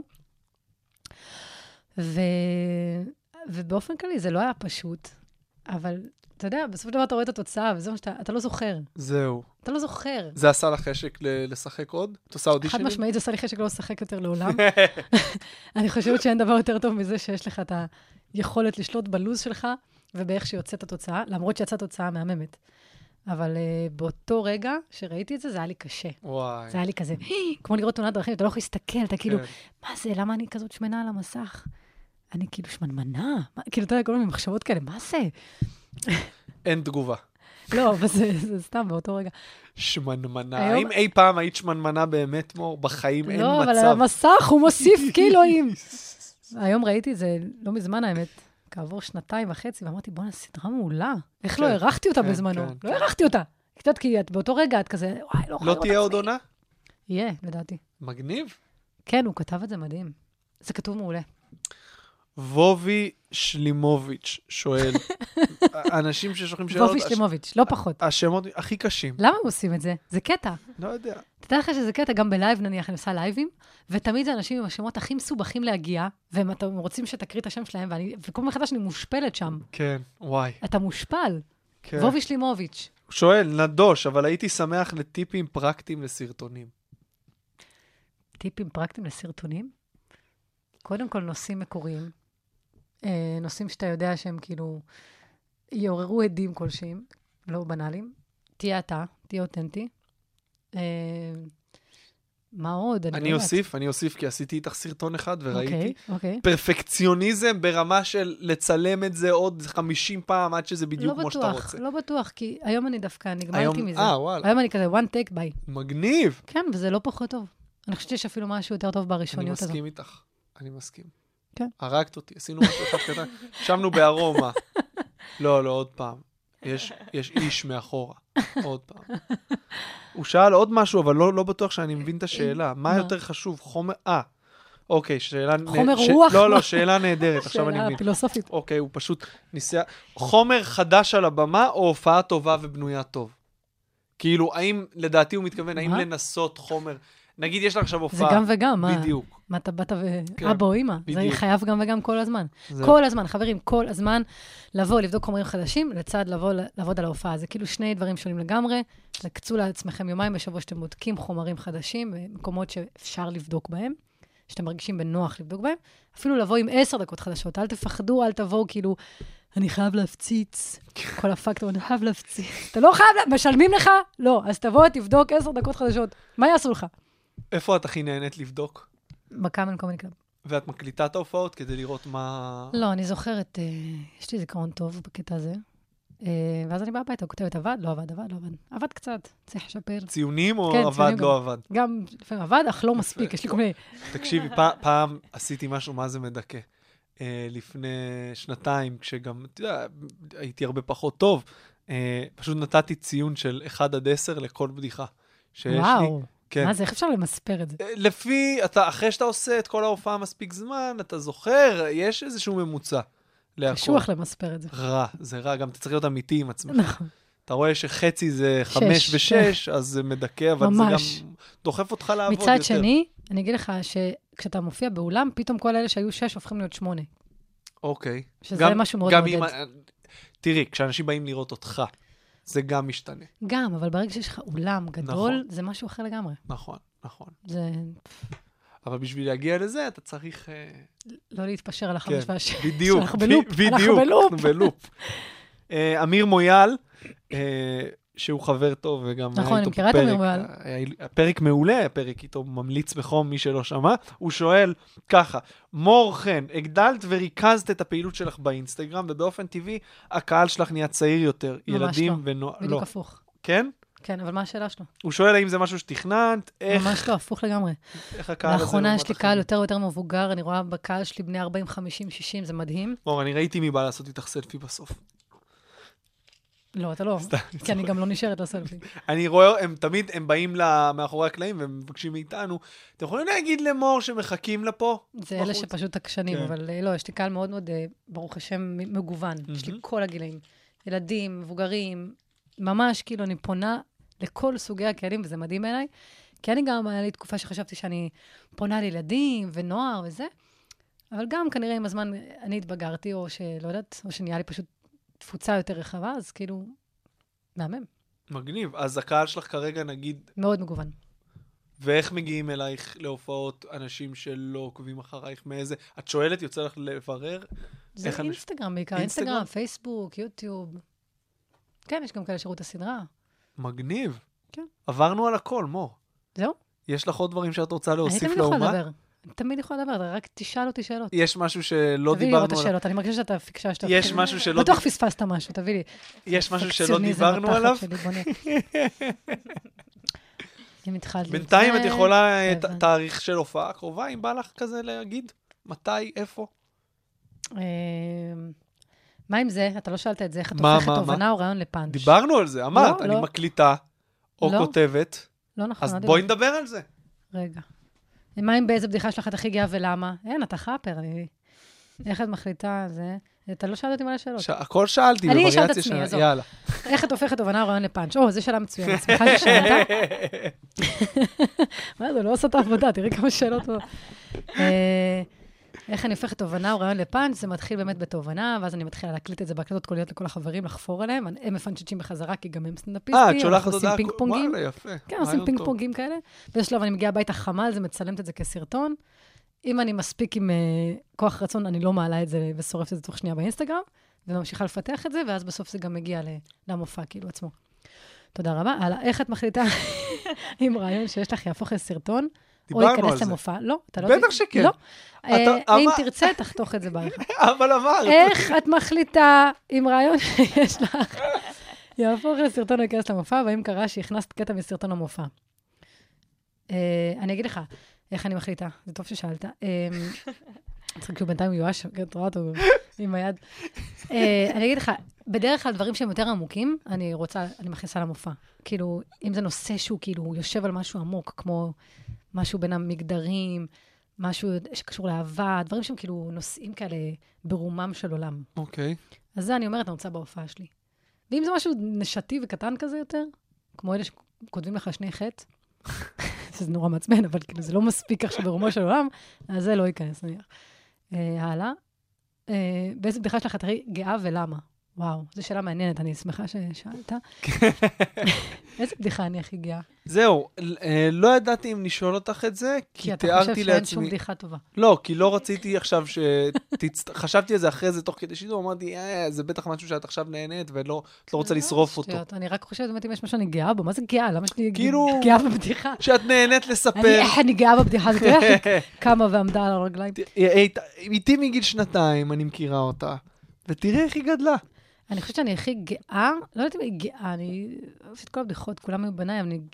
ובאופן כללי זה לא היה פשוט, אבל אתה יודע, בסופו של דבר אתה רואה את התוצאה, וזה מה שאתה לא זוכר. זהו. אתה לא זוכר. זה עשה לך חשק לשחק עוד? את עושה אודישנים? חד משמעית, זה עשה לי חשק לא לשחק יותר לעולם. אני חושבת שאין דבר יותר טוב מזה שיש לך את היכולת לשלוט בלוז שלך, ובאיך שיוצאת התוצאה, למרות שיצאה תוצאה מהממת. אבל באותו רגע שראיתי את זה, זה היה לי קשה. וואי. זה היה לי כזה, כמו לראות תאונת דרכים, אתה לא יכול להסתכל, אתה כאילו, מה זה, למה אני כזאת שמנה על המסך? אני כאילו שמנמנה. כאילו, אתה יודע, כל מיני מחשבות כאלה, מה זה? אין תגובה. לא, אבל זה סתם באותו רגע. שמנמנה. האם אי פעם היית שמנמנה באמת, מור? בחיים אין מצב. לא, אבל המסך הוא מוסיף קילואים. היום ראיתי את זה, לא מזמן האמת, כעבור 2.5, ואמרתי, בוא'נה, סדרה מעולה. איך לא הרחתי אותה בזמנו? לא הרחתי אותה. קצת כי באותו רגע את כזה, וואי, לא לא תהיה עוד עונה? יהיה, לדעתי. מגניב. כן, הוא כתב את זה מדהים. זה כתוב מעולה. וובי שלימוביץ' שואל, אנשים ששולחים שאלות... וובי שלימוביץ', לא פחות. השמות הכי קשים. למה הם עושים את זה? זה קטע. לא יודע. תדע לך שזה קטע, גם בלייב נניח, אני עושה לייבים, ותמיד זה אנשים עם השמות הכי מסובכים להגיע, והם רוצים שתקריא את השם שלהם, וכל פעם מחדש אני מושפלת שם. כן, וואי. אתה מושפל. כן. וובי שלימוביץ'. שואל, נדוש, אבל הייתי שמח לטיפים פרקטיים לסרטונים. טיפים פרקטיים לסרטונים? קודם כל נושאים מקוריים. נושאים שאתה יודע שהם כאילו יעוררו עדים כלשהם, לא בנאליים. תהיה אתה, תהיה אותנטי. מה עוד? אני אוסיף, כי עשיתי איתך סרטון אחד וראיתי. אוקיי. פרפקציוניזם ברמה של לצלם את זה עוד 50 פעם עד שזה בדיוק כמו שאתה רוצה. לא בטוח, כי היום אני דווקא נגמרתי מזה. וואלה. היום אני כזה, one take by. מגניב. כן, וזה לא פחות טוב. אני חושבת שיש אפילו משהו יותר טוב בראשוניות הזאת. אני מסכים איתך. אני מסכים. כן. הרגת אותי, עשינו משהו אחד קטן. שמנו בארומה. לא, עוד פעם. יש איש מאחורה. עוד פעם. הוא שאל עוד משהו, אבל לא בטוח שאני מבין את השאלה. מה יותר חשוב? חומר... אוקיי, שאלה... חומר רוח? לא, שאלה נהדרת. עכשיו אני מבין. שאלה פילוסופית. אוקיי, הוא פשוט ניסה... חומר חדש על הבמה, או הופעה טובה ובנויה טוב? כאילו, האם, לדעתי הוא מתכוון, האם לנסות חומר... נגיד, יש לך עכשיו הופעה. זה גם וגם. בדיוק. מה אתה באת אבא או אמא? זה חייב גם וגם כל הזמן. זהו. כל הזמן, חברים, כל הזמן לבוא, לבדוק חומרים חדשים, לצד לבוא, לעבוד על ההופעה. זה כאילו שני דברים שונים לגמרי. תקצו לעצמכם יומיים בשבוע שאתם בודקים חומרים חדשים, במקומות שאפשר לבדוק בהם, שאתם מרגישים בנוח לבדוק בהם. אפילו לבוא עם 10 דקות חדשות. אל תפחדו, אל תבואו כאילו, אני חייב להפציץ. כל הפקטור, אני חייב להפציץ. אתה לא חייב, משלמים לך? לא. אז תבוא, תבדוק 10 דקות חדשות. מה יעשו לך? איפה את הכי נהנית לבדוק? בקאמן קומדי קלאב. ואת מקליטה את ההופעות כדי לראות מה... לא, אני זוכרת, יש לי זיכרון טוב בקטע הזה. ואז אני באה הביתה, כותבת עבד, לא עבד, עבד קצת, צריך לשפר. ציונים או כן, עבד, ציונים לא עבד? גם לפעמים עבד, אך לא מספיק, יש לי כל מיני... תקשיבי, פעם עשיתי משהו, מה זה מדכא? לפני שנתיים, כשגם, אתה יודע, הייתי הרבה פחות טוב, פשוט נתתי ציון של 1 עד 10 לכל בדיחה שיש וואו, לי. כן. מה זה, איך אפשר למספר את זה? לפי, אחרי שאתה עושה את כל ההופעה מספיק זמן, אתה זוכר, יש איזשהו ממוצע להכל. קשוח למספר את זה. רע, זה רע, גם אתה צריך להיות אמיתי עם עצמך. נכון. אתה רואה שחצי זה 5 ו-6, אז זה מדכא, אבל ממש. זה גם דוחף אותך לעבוד יותר. מצד שני, אני אגיד לך שכשאתה מופיע באולם, פתאום כל אלה שהיו 6 הופכים להיות 8. אוקיי. שזה גם, משהו מאוד מודד. תראי, כשאנשים באים לראות אותך, זה גם משתנה. גם, אבל ברגע שיש לך אולם גדול, נכון. זה משהו אחר לגמרי. נכון, נכון. זה... אבל בשביל להגיע לזה, אתה צריך... לא להתפשר על החמש והשש. בדיוק, אנחנו בלופ. בדיוק, אנחנו בלופ. אמיר מויאל, שהוא חבר טוב, וגם נכון, אני מכירה את אמיר מויאל. הפרק מעולה, הפרק איתו ממליץ בחום, מי שלא שמע. הוא שואל ככה, מור חן, הגדלת וריכזת את הפעילות שלך באינסטגרם, ובאופן טבעי, הקהל שלך נהיה צעיר יותר. ילדים ונוער. בדיוק הפוך. כן? כן, אבל מה השאלה שלו? הוא שואל האם זה משהו שתכננת, איך... ממש לא, הפוך לגמרי. איך הקהל הזה... לאחרונה יש לי קהל יותר ויותר מבוגר, אני רואה בקהל שלי בני 40, 50, 60, זה מדהים. מור, אני ראיתי מי בא לעשות איתך סלפי בסוף. לא, אתה לא, כי אני גם לא נשארת לסלפי. אני רואה, הם באים מאחורי הקלעים והם מבקשים מאיתנו. אתם יכולים להגיד למור שמחכים לפה? זה אלה שפשוט עקשנים, אבל לא, יש לי קהל מאוד מאוד, ברוך השם, מגוון. יש לי כל הגילאים. ילדים, מבוגרים, ממש כאילו אני פונה לכל סוגי הקהלים, וזה מדהים בעיניי, כי אני גם, היה לי תקופה שחשבתי שאני פונה לילדים ונוער וזה, אבל גם כנראה עם הזמן אני התבגרתי, או שלא יודעת, או שנהיה לי פשוט תפוצה יותר רחבה, אז כאילו, מהמם. מגניב. אז הקהל שלך כרגע נגיד... מאוד מגוון. ואיך מגיעים אלייך להופעות אנשים שלא עוקבים אחרייך מאיזה? את שואלת, יוצא לך לברר? זה אינסטגרם בעיקר, אינסטגרם, פייסבוק, יוטיוב. כן, יש גם כאלה שירות הסדרה. מגניב. כן. עברנו על הכל, מור. זהו? יש לך עוד דברים שאת רוצה להוסיף לאומה? אני תמיד יכולה לדבר, רק תשאל אותי שאלות. יש משהו שלא דיברנו עליו. תביא לי עוד השאלות, אני מרגישה שאתה פיקשה שאתה... יש משהו שלא... בטוח פספסת משהו, תביא לי. יש משהו שלא דיברנו עליו? אם התחלתי... בינתיים את יכולה תאריך של הופעה קרובה, אם בא לך כזה להגיד? מתי? איפה? מה עם זה? אתה לא שאלת את זה, איך את הופכת תובנה או רעיון לפאנץ'? דיברנו על זה, אמרת, אני מקליטה או כותבת. לא נכון. אז בואי נדבר על זה. רגע. מה אם באיזה בדיחה שלך את הכי גאה ולמה? אין, אתה חאפר. איך את מחליטה? אתה לא שאלת אותי מה לשאלות. הכל שאלתי, אני אשאל את עצמי, עזוב. יאללה. איך את הופכת תובנה או רעיון לפאנץ'? זה שאלה מצוינת. שמחה ששאלת. מה זה, לא עושה את העבודה, תראי כמה שאלות פה. איך אני הופכת תובנה או רעיון לפאנץ', זה מתחיל באמת בתובנה, ואז אני מתחילה להקליט את זה בהקלטות קוליות לכל החברים, לחפור עליהם, הם מפנצ'צ'ים בחזרה, כי גם הם סטנדאפיסטים, את שולחת הודעה, וואלה, יפה. כן, עושים פינג פונגים כאלה, בשלב אני מגיעה הביתה חמל, זה מצלמת את זה כסרטון, אם אני מספיק עם כוח רצון, אני לא מעלה את זה ושורפת את זה תוך שנייה באינסטגרם, וממשיכה לפתח את זה, ואז בסוף זה גם מגיע למופע, כאילו עצמו. תודה רבה. הלאה, איך את מחליטה עם רעיון שיש לך יהפוך לסרטון, או ייכנס למופע? לא, אתה לא... בטח שכן. לא. אם תרצה, תחתוך את זה בעריכה. אבל אמרת. איך את מחליטה עם רעיון שיש לך יהפוך לסרטון או ייכנס למופע, והאם קרה שהכנסת קטע מסרטון למופע? אני אגיד לך, איך אני מחליטה? זה טוב ששאלת. צריך כשהוא בינתיים מיואש, את רואה אותו עם היד. אני אגיד לך, בדרך כלל דברים שהם יותר עמוקים, אני מכניסה למופע. כאילו, אם זה נושא שהוא כאילו יושב על משהו עמוק, כמו משהו בין המגדרים, משהו שקשור לאהבה, דברים שהם כאילו נושאים כאלה ברומם של עולם. אוקיי. אז זה אני אומרת, אני רוצה בהופעה שלי. ואם זה משהו נשתי וקטן כזה יותר, כמו אלה שכותבים לך 2 חטא, שזה נורא מעצבן, אבל כאילו זה לא מספיק עכשיו ברומו של עולם, אז זה לא ייכנס, נניח. הלאה. באיזה בדיחה שלך את הרי גאה ולמה? וואו, זו שאלה מעניינת, אני שמחה ששאלת. איזה בדיחה אני הכי גאה? זהו, לא ידעתי אם נשאול אותך את זה, כי תיארתי לעצמי... כי אתה חושב שאין שום בדיחה טובה. לא, כי לא רציתי עכשיו חשבתי על זה אחרי זה, תוך כדי שידור, אמרתי, זה בטח משהו שאת עכשיו נהנית, ואת לא רוצה לשרוף אותו. אני רק חושבת, אם יש משהו שאני גאה בו, מה זה גאה? למה שאני גאה בבדיחה? שאת נהנית לספר. אני גאה בבדיחה, זה תראה כמה ועמדה על הרגליים. איתי מגיל 2, אני מכירה אותה, ותראה איך היא גדלה. אני חושבת שאני הכי גאה, לא יודעת אם היא גאה, אני עושה את כל הבדיחות, כולם היו בניי, אבל אני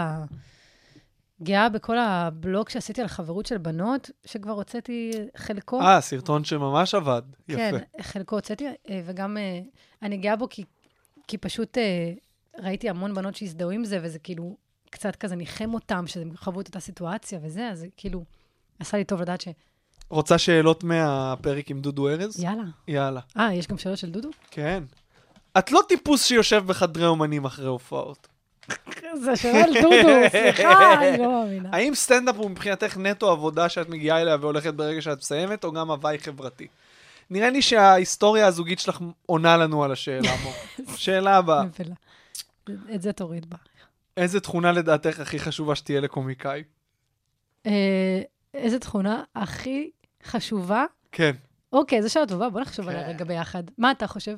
גאה בכל הבלוג שעשיתי על חברות של בנות, שכבר הוצאתי חלקו. סרטון שממש עבד, יפה. כן, חלקו הוצאתי, וגם אני גאה בו כי פשוט ראיתי המון בנות שהזדהו עם זה, וזה כאילו קצת כזה ניחם אותם, שהם חוו את אותה סיטואציה וזה, אז כאילו עשה לי טוב לדעת ש... רוצה שאלות מהפרק עם דודו ארז? יאללה. יש גם שאלות של דודו? כן. את לא טיפוס שיושב בחדרי אומנים אחרי הופעות. זה שאלה על דודו, סליחה, אני לא מאמינה. האם סטנדאפ הוא מבחינתך נטו עבודה שאת מגיעה אליה והולכת ברגע שאת מסיימת, או גם הוואי חברתי? נראה לי שההיסטוריה הזוגית שלך עונה לנו על השאלה. שאלה הבאה. את זה תוריד בה. איזה תכונה לדעתך הכי חשובה שתהיה לקומיקאי? איזה תכונה הכי חשובה? כן. אוקיי, זו שאלה טובה, בוא נחשוב עליה רגע ביחד. מה אתה חושב?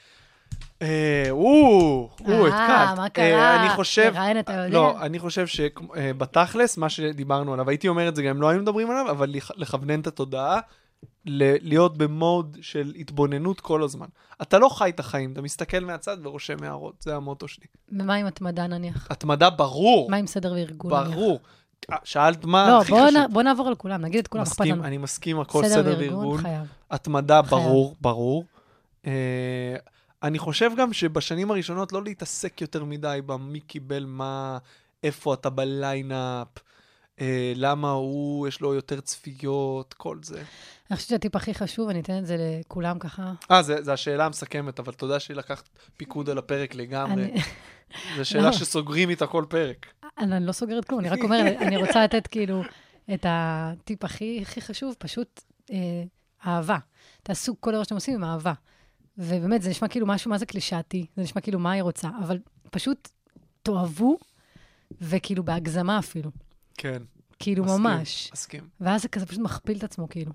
התקלת. מה קרה? אני חושב... לרעיין, אתה יודע? לא, אני חושב שבתכלס, מה שדיברנו עליו, הייתי אומר את זה, גם לא היינו מדברים עליו, אבל לכוונן את התודעה, להיות במוד של התבוננות כל הזמן. אתה לא חי את החיים, אתה מסתכל מהצד ורושם הערות, זה המוטו שלי. ומה עם התמדה נניח? התמדה ברור. מה עם סדר וארגון נניח? ברור. שאלת מה הכי חשוב. לא, בוא נעבור על כולם, נגיד את כולם, אכפת לנו. אני מסכים, הכל סדר וארגון. חייב. התמדה ברור. אני חושב גם שבשנים הראשונות לא להתעסק יותר מדי במי קיבל מה, איפה אתה בליינאפ, למה הוא, יש לו יותר צפיות, כל זה. אני חושבת שהטיפ הכי חשוב, אני אתן את זה לכולם ככה. זה השאלה המסכמת, אבל תודה שלקחת פיקוד על הפרק לגמרי. זו שאלה שסוגרים איתה כל פרק. אני לא סוגרת כלום, אני רק אומרת, אני רוצה לתת כאילו את הטיפ הכי חשוב, פשוט אהבה. תעשו כל דבר שאתם עושים עם אהבה. ובאמת, זה נשמע כאילו משהו, מה זה קלישאתי? זה נשמע כאילו מה היא רוצה, אבל פשוט תאהבו, וכאילו בהגזמה אפילו. כן. כאילו ממש. מסכים. ואז זה כזה פשוט מכפיל את עצמו, כאילו.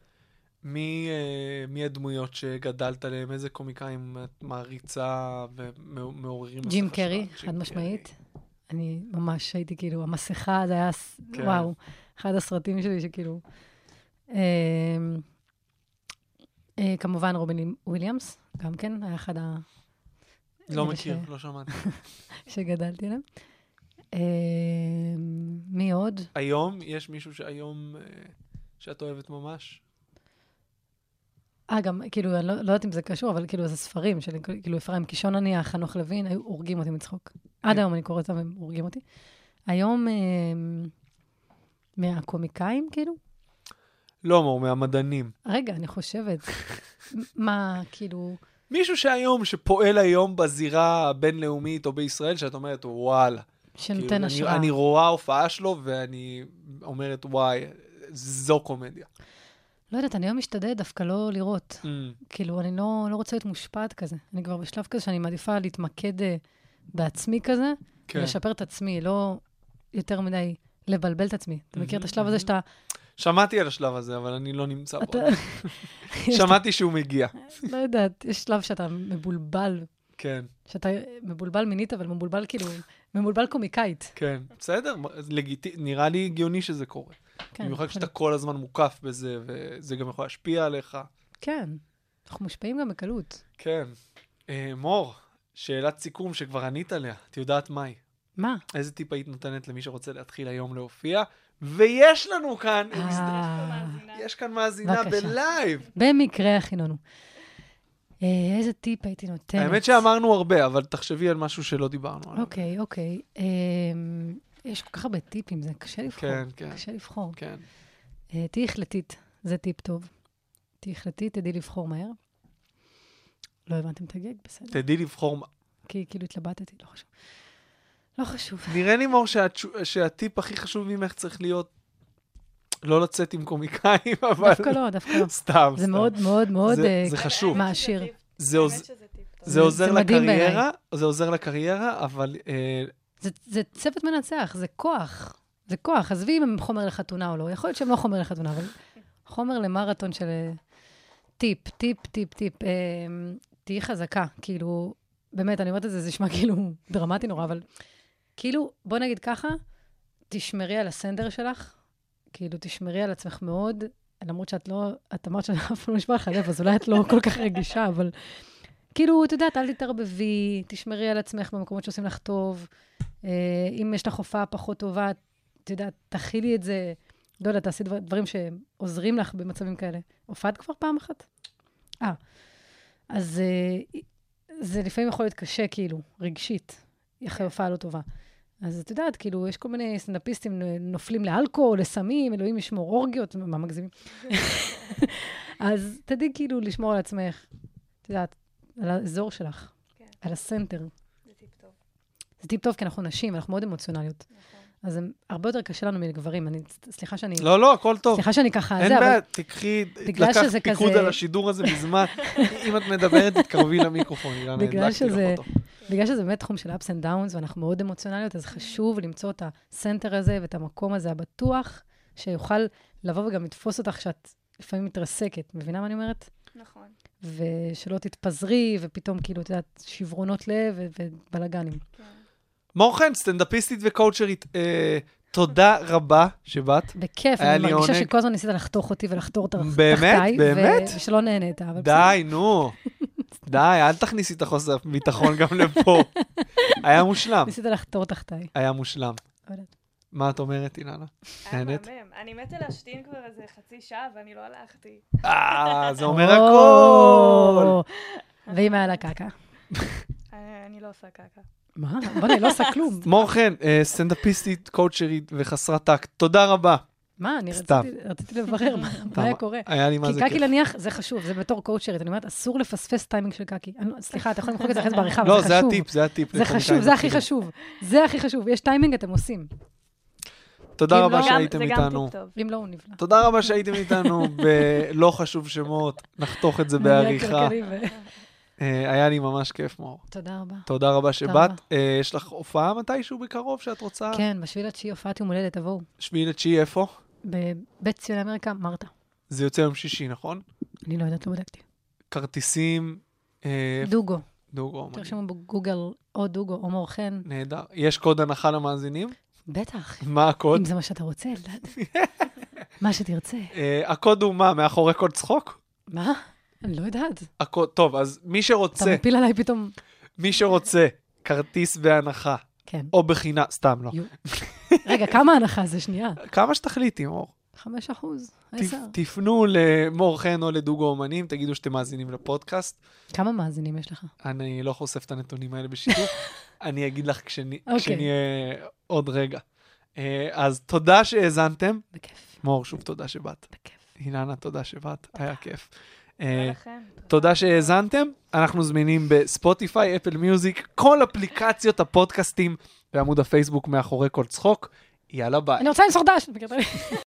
מי הדמויות שגדלת עליהם? איזה קומיקאים את מעריצה ומעוררים? ג'ים קרי, חד משמעית. אני ממש הייתי כאילו, המסכה, זה היה, וואו, אחד הסרטים שלי שכאילו... כמובן רובין וויליאמס, גם כן, היה אחד ה... לא מכיר, לא שמעתי. שגדלתי עליהם. מי עוד? היום? יש מישהו שהיום שאת אוהבת ממש? גם, כאילו, אני לא יודעת אם זה קשור, אבל כאילו, זה ספרים שלי, כאילו, אפרים קישון נניח, חנוך לוין, היו הורגים אותי מצחוק. עד היום אני קוראת אותם, הם הורגים אותי. היום, מהקומיקאים, כאילו? לא, מור, מהמדענים. רגע, אני חושבת. מה, כאילו... מישהו שהיום, שפועל היום בזירה הבינלאומית או בישראל, שאת אומרת, וואלה. שנותן השראה. אני רואה הופעה שלו, ואני אומרת, וואי, זו קומדיה. לא יודעת, אני היום משתדלת דווקא לא לראות. כאילו, אני לא רוצה להיות מושפעת כזה. אני כבר בשלב כזה שאני מעדיפה להתמקד בעצמי כזה, ולשפר את עצמי, לא יותר מדי לבלבל את עצמי. אתה מכיר את השלב הזה שאתה... שמעתי על השלב הזה, אבל אני לא נמצא בו. שמעתי שהוא מגיע. לא יודעת, יש שלב שאתה מבולבל. כן. שאתה מבולבל מינית, אבל מבולבל כאילו, מבולבל קומיקאית. כן, בסדר, נראה לי הגיוני שזה קורה. במיוחד כשאתה כל הזמן מוקף בזה, וזה גם יכול להשפיע עליך. כן, אנחנו מושפעים גם בקלות. כן. מור, שאלת סיכום שכבר ענית עליה, את יודעת מהי? מה? איזה טיפ היית נותנת למי שרוצה להתחיל היום להופיע? ויש לנו כאן, יש כאן מאזינה בלייב. במקרה הכינונו. איזה טיפ הייתי נותנת? האמת שאמרנו הרבה, אבל תחשבי על משהו שלא דיברנו עליו. אוקיי. יש כל כך הרבה טיפים, זה קשה לבחור. כן. קשה לבחור. כן. תהי החלטית, זה טיפ טוב. תהי החלטית, תדעי לבחור מהר. לא הבנתם את הגג, בסדר. תדעי לבחור... כי כאילו התלבטתי, לא חשוב. לא חשוב. נראה לי, מור, שהטיפ הכי חשוב ממך צריך להיות לא לצאת עם קומיקאים, אבל... דווקא לא. סתם. זה מאוד מאוד מאוד זה חשוב. מעשיר. האמת שזה טיפ. זה עוזר מדהים לקריירה, זה עוזר לקריירה, אבל... זה צוות מנצח, זה כוח. זה כוח. עזבי אם הם חומר לחתונה או לא. יכול להיות שהם לא חומר לחתונה, אבל חומר למרתון של טיפ. תהי חזקה. כאילו, באמת, אני אומרת את זה, זה נשמע כאילו דרמטי נורא, אבל כאילו, בוא נגיד ככה, תשמרי על הסנדר שלך, כאילו, תשמרי על עצמך מאוד, למרות שאת לא, את אמרת שאת אף פעם לא נשמע לך לב, אז אולי את לא כל כך רגישה, אבל כאילו, את יודעת, אל תתערבבי, תשמרי על עצמך במקומות שעושים לך טוב, אם יש לך הופעה פחות טובה, את יודעת, תכילי את זה, לא יודעת, תעשי דברים שעוזרים לך במצבים כאלה. הופעת כבר פעם אחת? אז זה לפעמים יכול להיות קשה, כאילו, רגשית, אחרי הופעה לא טובה. אז את יודעת, כאילו, יש כל מיני סטנדאפיסטים נופלים לאלכוהול, לסמים, אלוהים ישמור אורגיות, מה מגזימים? אז תדעי כאילו לשמור על עצמך, את יודעת, על האזור שלך, על הסנטר. זה טיפ טוב. זה טיפ טוב, כי אנחנו נשים, אנחנו מאוד אמוציונליות. אז הרבה יותר קשה לנו מגברים. סליחה שאני... לא, הכל טוב. סליחה שאני ככה... אין בעיה, תקחי, לקח פיקוד על השידור הזה מזמן. אם את מדברת, תתקרבי למיקרופון. בגלל שזה באמת תחום של ups and downs, ואנחנו מאוד אמוציונליות, אז חשוב למצוא את הסנטר הזה ואת המקום הזה הבטוח, שיוכל לבוא וגם לתפוס אותך שאת לפעמים מתרסקת. מבינה מה אני אומרת? נכון. ושלא תתפזרי, ופתאום כאילו, את יודעת, שברונות לב ובלגנים. כן. מורכן, סטנדאפיסטית וקואוצ'רית, תודה רבה שבאת. בכיף, אני מרגישה שכל הזמן ניסית לחתוך אותי ולחתור תחתיי. באמת? ושלא נהנית. די, נו. די, אל תכניסי את החוסר ביטחון גם לפה. היה מושלם. ניסית לחתור תחתיי. היה מושלם. מה את אומרת, אילנה? נהנית? אני מתה להשתין כבר איזה חצי שעה ואני לא הלכתי. זה אומר הכל. ואם היה לה קקה? אני לא עושה קקה. מה? בוא'נה, היא לא עושה כלום. מורכן, סטנדאפיסטית, קואוצ'רית וחסרת טקט. תודה רבה. מה? אני רציתי לברר מה היה קורה. היה לי מה זה כי קקי להניח, זה חשוב, זה בתור קואוצ'רית. אני אומרת, אסור לפספס טיימינג של קקי. סליחה, אתה יכול למחוק את זה אחרי בעריכה, אבל זה חשוב. לא, זה הטיפ. זה חשוב, זה הכי חשוב. זה הכי חשוב. יש טיימינג, אתם עושים. תודה רבה שהייתם איתנו. אם לא, הוא נבלע. תודה רבה שהייתם איתנו בלא חשוב שמות. נחתוך את זה בעריכה. היה לי ממש כיף, מאור. תודה רבה. תודה רבה שבאת. יש לך הופעה מתישהו בקרוב שאת רוצה? כן, ב7.9 הופעת יום הולדת, תבואו. 7.9 איפה? בבית ציוני אמריקה, מרתה. זה יוצא יום שישי, נכון? אני לא יודעת, לא בדקתי. כרטיסים... דוגו. דוגו. תרשמו בגוגל או דוגו או מורכן. נהדר. יש קוד הנחה למאזינים? בטח. מה הקוד? אם זה מה שאתה רוצה, אלדד. מה שתרצה. הקוד הוא מה? מאחורי קוד צחוק? מה? אני לא יודעת. טוב, אז מי שרוצה... אתה מפיל עליי פתאום... מי שרוצה כרטיס בהנחה, כן. או בחינה, סתם לא. רגע, כמה הנחה זה שנייה? כמה שתחליטי, מור. 5%, 10. תפנו למורכן או לדוגו אומנים, תגידו שאתם מאזינים לפודקאסט. כמה מאזינים יש לך? אני לא חושף את הנתונים האלה בשיתוף. אני אגיד לך כשנהיה עוד רגע. אז תודה שהאזנתם. בכיף. מור, שוב תודה שבאת. בכיף. אילנה, תודה שבאת. היה כיף. תודה שהאזנתם. אנחנו זמינים בספוטיפיי, אפל מיוזיק, כל אפליקציות הפודקאסטים בעמוד הפייסבוק מאחורי כל צחוק. יאללה ביי. אני רוצה למסור דש.